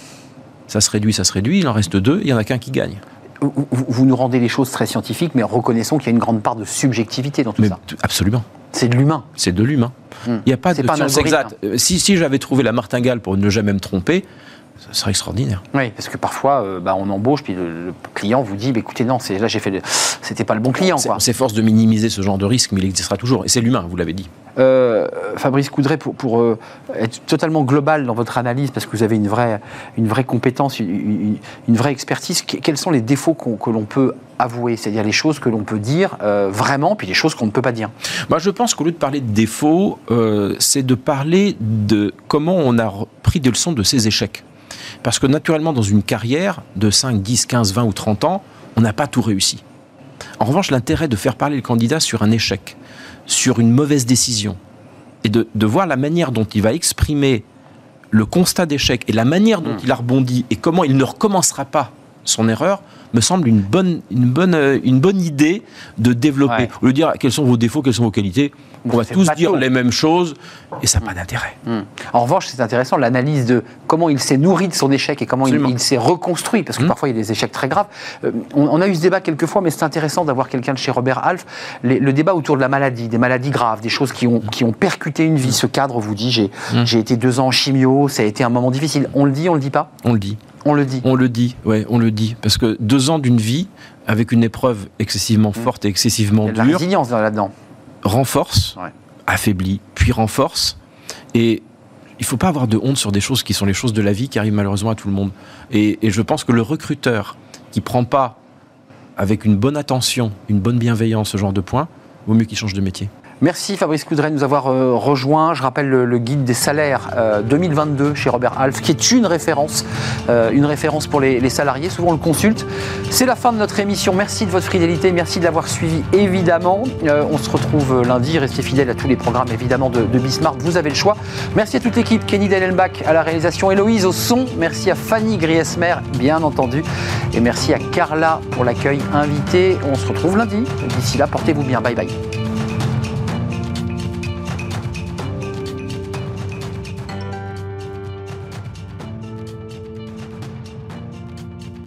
S6: Ça se réduit, il en reste 2, il n'y en a qu'un qui gagne.
S1: Vous nous rendez les choses très scientifiques, mais reconnaissons qu'il y a une grande part de subjectivité dans tout ça.
S6: Absolument.
S1: C'est de l'humain.
S6: C'est de l'humain. Il n'y a pas de science exacte. Si j'avais trouvé la martingale pour ne jamais me tromper, ça serait extraordinaire.
S1: Oui, parce que parfois, on embauche, puis le client vous dit, écoutez, non, là j'ai fait, c'était pas le bon client.
S6: On s'efforce de minimiser ce genre de risque, mais il existera toujours. Et c'est l'humain, vous l'avez dit.
S1: Fabrice Coudray, pour être totalement global dans votre analyse, parce que vous avez une vraie compétence, une vraie expertise, quels sont les défauts que l'on peut avouer, c'est-à-dire les choses que l'on peut dire vraiment, puis les choses qu'on ne peut pas dire?
S6: Je pense qu'au lieu de parler de défauts, c'est de parler de comment on a pris des leçons de ses échecs. Parce que naturellement, dans une carrière de 5, 10, 15, 20 ou 30 ans, on n'a pas tout réussi. En revanche, l'intérêt de faire parler le candidat sur un échec, sur une mauvaise décision, et de voir la manière dont il va exprimer le constat d'échec et la manière dont il a rebondi et comment il ne recommencera pas son erreur, me semble une bonne idée de développer. Au lieu de dire quels sont vos défauts, quelles sont vos qualités, on va tous dire les mêmes choses et ça n'a pas d'intérêt.
S1: En revanche, c'est intéressant l'analyse de comment il s'est nourri de son échec et comment il s'est reconstruit, parce que parfois il y a des échecs très graves. On a eu ce débat quelques fois, mais c'est intéressant d'avoir quelqu'un de chez Robert Half, le débat autour de la maladie, des maladies graves, des choses qui ont percuté une vie. Ce cadre vous dit, j'ai été 2 ans en chimio, ça a été un moment difficile. On le dit, on le dit pas?
S6: On le dit.
S1: On le dit.
S6: On le dit, ouais, on le dit. Parce que 2 ans d'une vie, avec une épreuve excessivement forte et excessivement dure. Il y a de la
S1: résilience là-dedans.
S6: Renforce, affaiblit, puis renforce. Et il ne faut pas avoir de honte sur des choses qui sont les choses de la vie, qui arrivent malheureusement à tout le monde. Et je pense que le recruteur qui ne prend pas avec une bonne attention, une bonne bienveillance ce genre de points, vaut mieux qu'il change de métier.
S1: Merci Fabrice Coudray de nous avoir rejoint. Je rappelle le guide des salaires 2022 chez Robert Half, qui est une référence pour les salariés. Souvent on le consulte. C'est la fin de notre émission. Merci de votre fidélité, merci de l'avoir suivi évidemment. On se retrouve lundi. Restez fidèles à tous les programmes évidemment de Bismart. Vous avez le choix. Merci à toute l'équipe. Kenny Dellenbach à la réalisation, Héloïse au son. Merci à Fanny Griesmer, bien entendu. Et merci à Carla pour l'accueil invité. On se retrouve lundi. D'ici là, portez-vous bien. Bye bye.